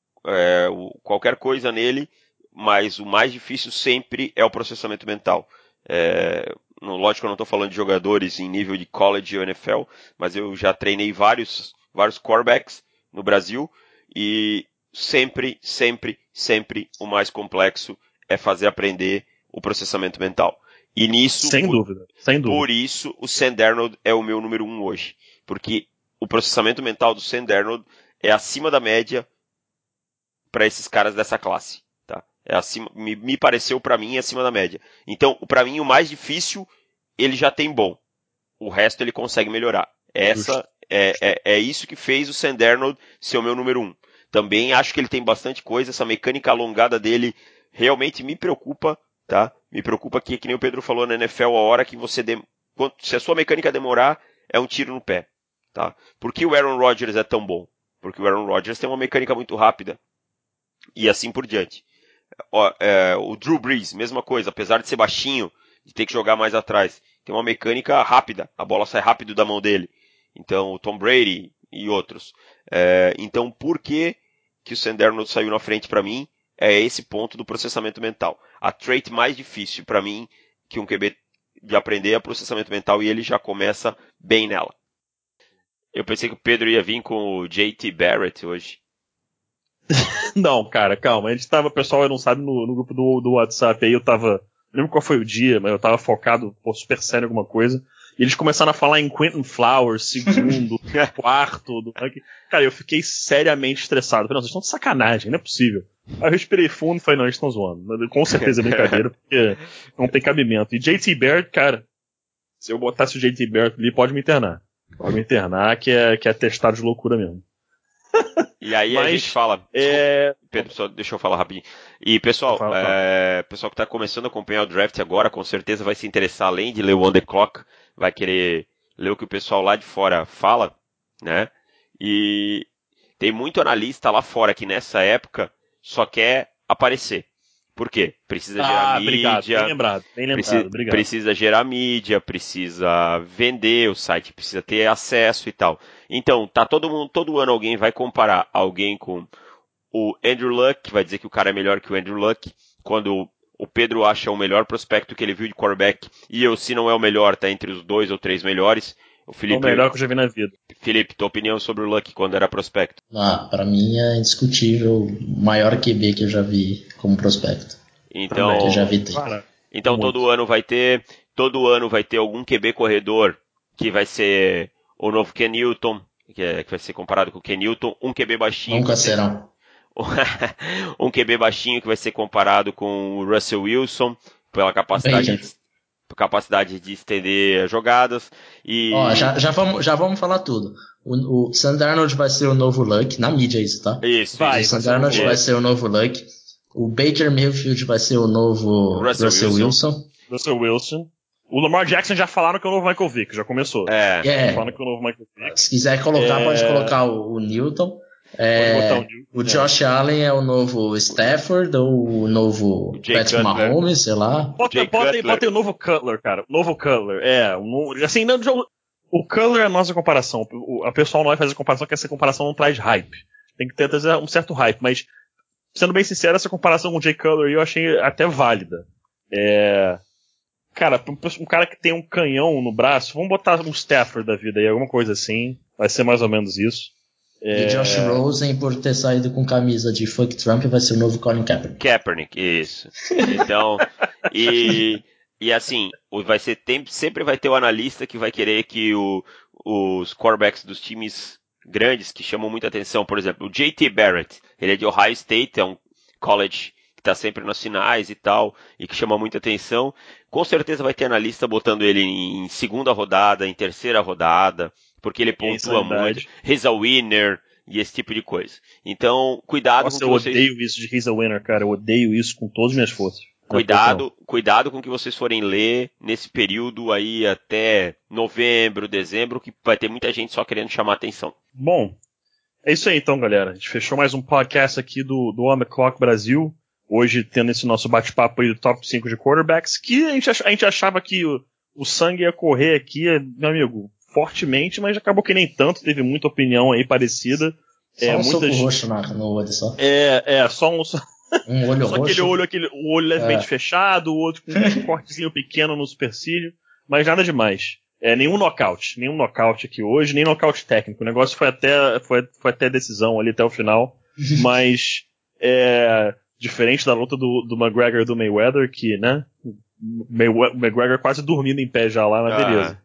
é, o, qualquer coisa nele, mas o mais difícil sempre é o processamento mental. É, no, lógico, eu não estou falando de jogadores em nível de college ou N F L, mas eu já treinei vários, vários quarterbacks no Brasil e sempre, sempre, sempre o mais complexo é fazer aprender o processamento mental. E nisso, sem por, dúvida, sem dúvida. Por isso, o Sam Darnold é o meu número um hoje. Porque o processamento mental do Sam Darnold é acima da média para esses caras dessa classe. Tá? É acima, me, me pareceu para mim acima da média. Então, para mim, o mais difícil, ele já tem bom. O resto ele consegue melhorar. Essa é, é, é isso que fez o Sam Darnold ser o meu número um. Também acho que ele tem bastante coisa. Essa mecânica alongada dele realmente me preocupa. Tá? Me preocupa que, que nem o Pedro falou na N F L, a hora que você... Dem... Se a sua mecânica demorar, é um tiro no pé. Tá? Por que o Aaron Rodgers é tão bom? Porque o Aaron Rodgers tem uma mecânica muito rápida. E assim por diante. O, é, o Drew Brees, mesma coisa. Apesar de ser baixinho, de ter que jogar mais atrás, tem uma mecânica rápida. A bola sai rápido da mão dele. Então, o Tom Brady e outros. É, então, por que, que o Sam Darnold saiu na frente para mim? É esse ponto do processamento mental. A trait mais difícil para mim que um Q B de aprender é processamento mental e ele já começa bem nela. Eu pensei que o Pedro ia vir com o J T Barrett hoje. Não, cara, calma. A gente tava, o pessoal não sabe, no, no grupo do, do WhatsApp aí, eu tava, não lembro qual foi o dia, mas eu tava focado, pô, super sério em alguma coisa. E eles começaram a falar em Quentin Flowers, segundo, quarto. Do... Cara, eu fiquei seriamente estressado. Falei, não, vocês estão de sacanagem, não é possível. Aí eu respirei fundo e falei, não, eles estão zoando. Com certeza é brincadeira, porque não tem cabimento. E J T Barrett, cara, se eu botasse o J T Barrett ali, pode me internar. Pode me internar, que é, que é testado de loucura mesmo. E aí Mas, a gente fala. É... Pedro, só deixa eu falar rapidinho. E pessoal, fala, fala. É, pessoal que está começando a acompanhar o draft agora, com certeza vai se interessar, além de ler o On The Clock, vai querer ler o que o pessoal lá de fora fala, né? E tem muito analista lá fora que nessa época só quer aparecer. Por quê? Precisa ah, gerar obrigado. mídia. Bem lembrado, bem lembrado. Precisa, obrigado. precisa gerar mídia, precisa vender o site, precisa ter acesso e tal. Então, tá todo mundo, todo ano alguém vai comparar alguém com o Andrew Luck, que vai dizer que o cara é melhor que o Andrew Luck, quando o Pedro acha o melhor prospecto que ele viu de quarterback, e eu, se não é o melhor, tá entre os dois ou três melhores. O Felipe, é o melhor que eu já vi na vida. Felipe, tua opinião sobre o Luck quando era prospecto? Ah, pra mim é indiscutível o maior Q B que eu já vi como prospecto. Então, que eu já vi ter. então todo ano vai ter, todo ano vai ter algum Q B corredor que vai ser o novo Ken Newton, que, é, que vai ser comparado com o Ken Newton, um Q B baixinho. Nunca serão. um Q B baixinho que vai ser comparado com o Russell Wilson, pela capacidade, de, capacidade de estender jogadas. E... Ó, já, já, vamos, já vamos falar tudo. O, o Sam Darnold vai ser o novo Luck, na mídia isso, tá? Isso, vai. O Sam Darnold vai ser o novo Luck. O Baker Mayfield vai ser o novo Russell, Russell Wilson. Wilson. Russell Wilson. O Lamar Jackson já falaram que é o novo Michael Vick, já começou. É. Já falaram que é o novo Michael Vick. Se quiser colocar, é... pode colocar o, o Newton. É, o, Newton, o Josh é. Allen é o novo Stafford ou o novo Patrick Mahomes, sei lá. Bota, bota, aí, bota aí o novo Cutler, cara. O novo Cutler. É, um, assim, não, o Cutler é a nossa comparação. O, a pessoal não vai fazer comparação, porque essa comparação não traz hype. Tem que ter um certo hype, mas sendo bem sincero, essa comparação com o Jay Cutler eu achei até válida. É... Cara, um cara que tem um canhão no braço, vamos botar um Stafford da vida aí, alguma coisa assim. Vai ser mais ou menos isso. É... E Josh Rosen, por ter saído com camisa de Fuck Trump, vai ser o novo Colin Kaepernick. Kaepernick, isso. Então, e, e assim, vai ser, tem, sempre vai ter o analista que vai querer que o, os quarterbacks dos times grandes que chamam muita atenção, por exemplo, o J T Barrett, ele é de Ohio State, é um college que está sempre nas finais e tal, e que chama muita atenção. Com certeza vai ter analista botando ele em segunda rodada, em terceira rodada, porque ele pontua muito. He's a winner e esse tipo de coisa. Então, cuidado Nossa, com o que vocês... eu odeio isso de he's a winner, cara. Eu odeio isso com todas as minhas forças. Cuidado, cuidado com o que vocês forem ler nesse período aí até novembro, dezembro, que vai ter muita gente só querendo chamar atenção. Bom, é isso aí então, galera. A gente fechou mais um podcast aqui do, do On The Clock Brasil. Hoje tendo esse nosso bate-papo aí do top cinco de quarterbacks, que a gente, a gente achava que o, o sangue ia correr aqui, meu amigo, fortemente, mas acabou que nem tanto, teve muita opinião aí parecida. Só é, um muitas... soco roxo na, no olho só. É, é, só um... Um olho só roxo. aquele olho, aquele, o olho levemente é. fechado, o outro com um cortezinho pequeno no supercílio, mas nada demais. É, nenhum nocaute, nenhum nocaute aqui hoje, nem nocaute técnico. O negócio foi até, foi, foi até decisão ali até o final, mas é, diferente da luta do, do McGregor e do Mayweather, que, né, o McGregor quase dormindo em pé já lá, mas ah. beleza.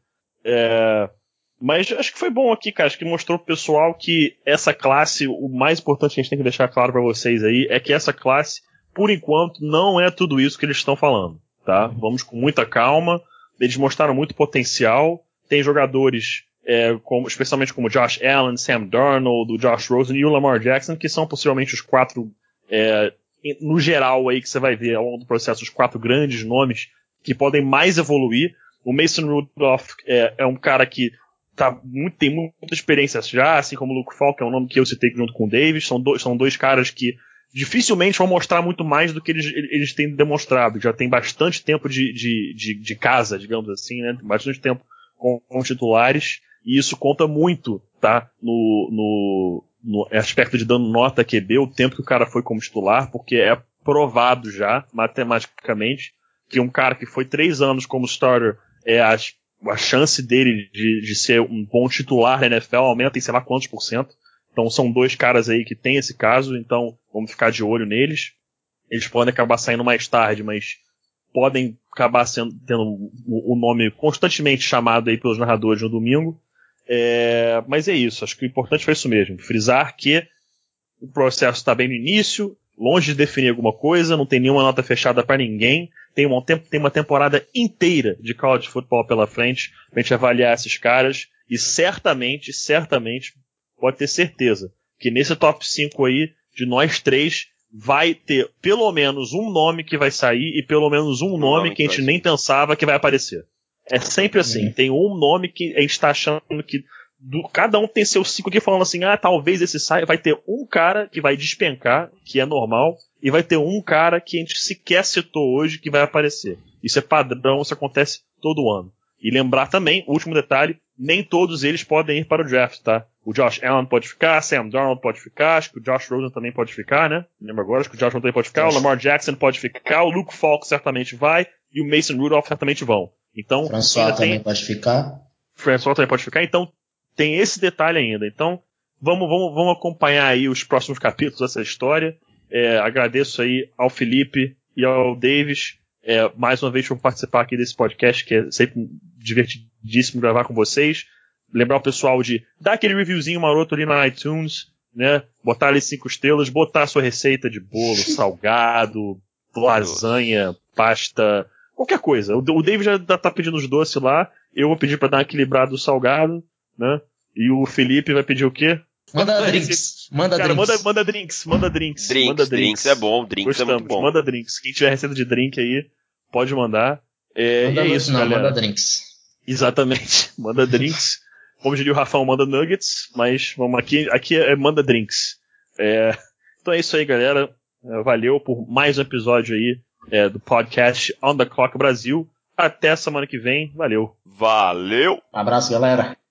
É, mas acho que foi bom aqui, cara. Acho que mostrou pro pessoal que essa classe, o mais importante que a gente tem que deixar claro pra vocês aí, é que essa classe, por enquanto, não é tudo isso que eles estão falando, tá? Vamos com muita calma. Eles mostraram muito potencial. Tem jogadores, é, como, especialmente como Josh Allen, Sam Darnold, o Josh Rosen e o Lamar Jackson, que são possivelmente os quatro, é, no geral aí que você vai ver ao longo do processo, os quatro grandes nomes que podem mais evoluir. O Mason Rudolph é, é um cara que tá muito, tem muita experiência já, assim como o Luke Falk, é um nome que eu citei junto com o Davis. São dois, são dois caras que dificilmente vão mostrar muito mais do que eles, eles têm demonstrado. Já tem bastante tempo de, de, de, de casa, digamos assim, né? Bastante tempo com, com titulares, e isso conta muito, tá? No, no, no aspecto de dando nota Q B, o tempo que o cara foi como titular, porque é provado já, matematicamente, que um cara que foi três anos como starter, é a, a chance dele de, de ser um bom titular na N F L aumenta em sei lá quantos por cento. Então são dois caras aí que tem esse caso, então vamos ficar de olho neles. Eles podem acabar saindo mais tarde, mas podem acabar sendo, tendo o, o nome constantemente chamado aí pelos narradores no domingo. É, mas é isso, acho que o importante foi isso mesmo, frisar que o processo está bem no início, longe de definir alguma coisa, não tem nenhuma nota fechada para ninguém, tem uma, tem uma temporada inteira de college football pela frente pra gente avaliar esses caras, e certamente, certamente, pode ter certeza que nesse top cinco aí, de nós três, vai ter pelo menos um nome que vai sair e pelo menos um, um nome, nome que a gente nem pensava que vai aparecer. É sempre assim, uhum. Tem um nome que a gente está achando que do, cada um tem seu ciclo aqui falando assim, ah, talvez esse saia, vai ter um cara que vai despencar, que é normal, e vai ter um cara que a gente sequer citou hoje que vai aparecer. Isso é padrão, isso acontece todo ano. E lembrar também, último detalhe, nem todos eles podem ir para o draft, tá? O Josh Allen pode ficar, Sam Darnold pode ficar, acho que o Josh Rosen também pode ficar, né? Lembra agora? Acho que o Josh Rosen também pode ficar, o Lamar Jackson pode ficar, o Luke Falk certamente vai, e o Mason Rudolph certamente vão. Então, François também tem... pode ficar. François também pode ficar, então tem esse detalhe ainda. Então, vamos, vamos, vamos acompanhar aí os próximos capítulos dessa história. É, agradeço aí ao Felipe e ao Davis, é, mais uma vez por participar aqui desse podcast, que é sempre divertidíssimo gravar com vocês. Lembrar o pessoal de dar aquele reviewzinho maroto ali na iTunes, né? Botar ali cinco estrelas, botar a sua receita de bolo, salgado, lasanha, pasta, qualquer coisa. O, o David já tá pedindo os doces lá, eu vou pedir para dar uma equilibrada do salgado, né? E o Felipe vai pedir o quê? Manda drinks. Manda Cara, drinks. Manda, manda drinks. Manda drinks. Drinks, manda drinks. drinks é bom. Drinks Gostamos. é muito bom. Manda drinks. Quem tiver receita de drink aí, pode mandar. É, manda e é isso, não, galera. Manda drinks. Exatamente. Manda drinks. Como diria o Rafael, manda nuggets. Mas vamos aqui. Aqui é manda drinks. É, então é isso aí, galera. Valeu por mais um episódio aí é, do podcast On The Clock Brasil. Até semana que vem. Valeu. Valeu. Um abraço, galera.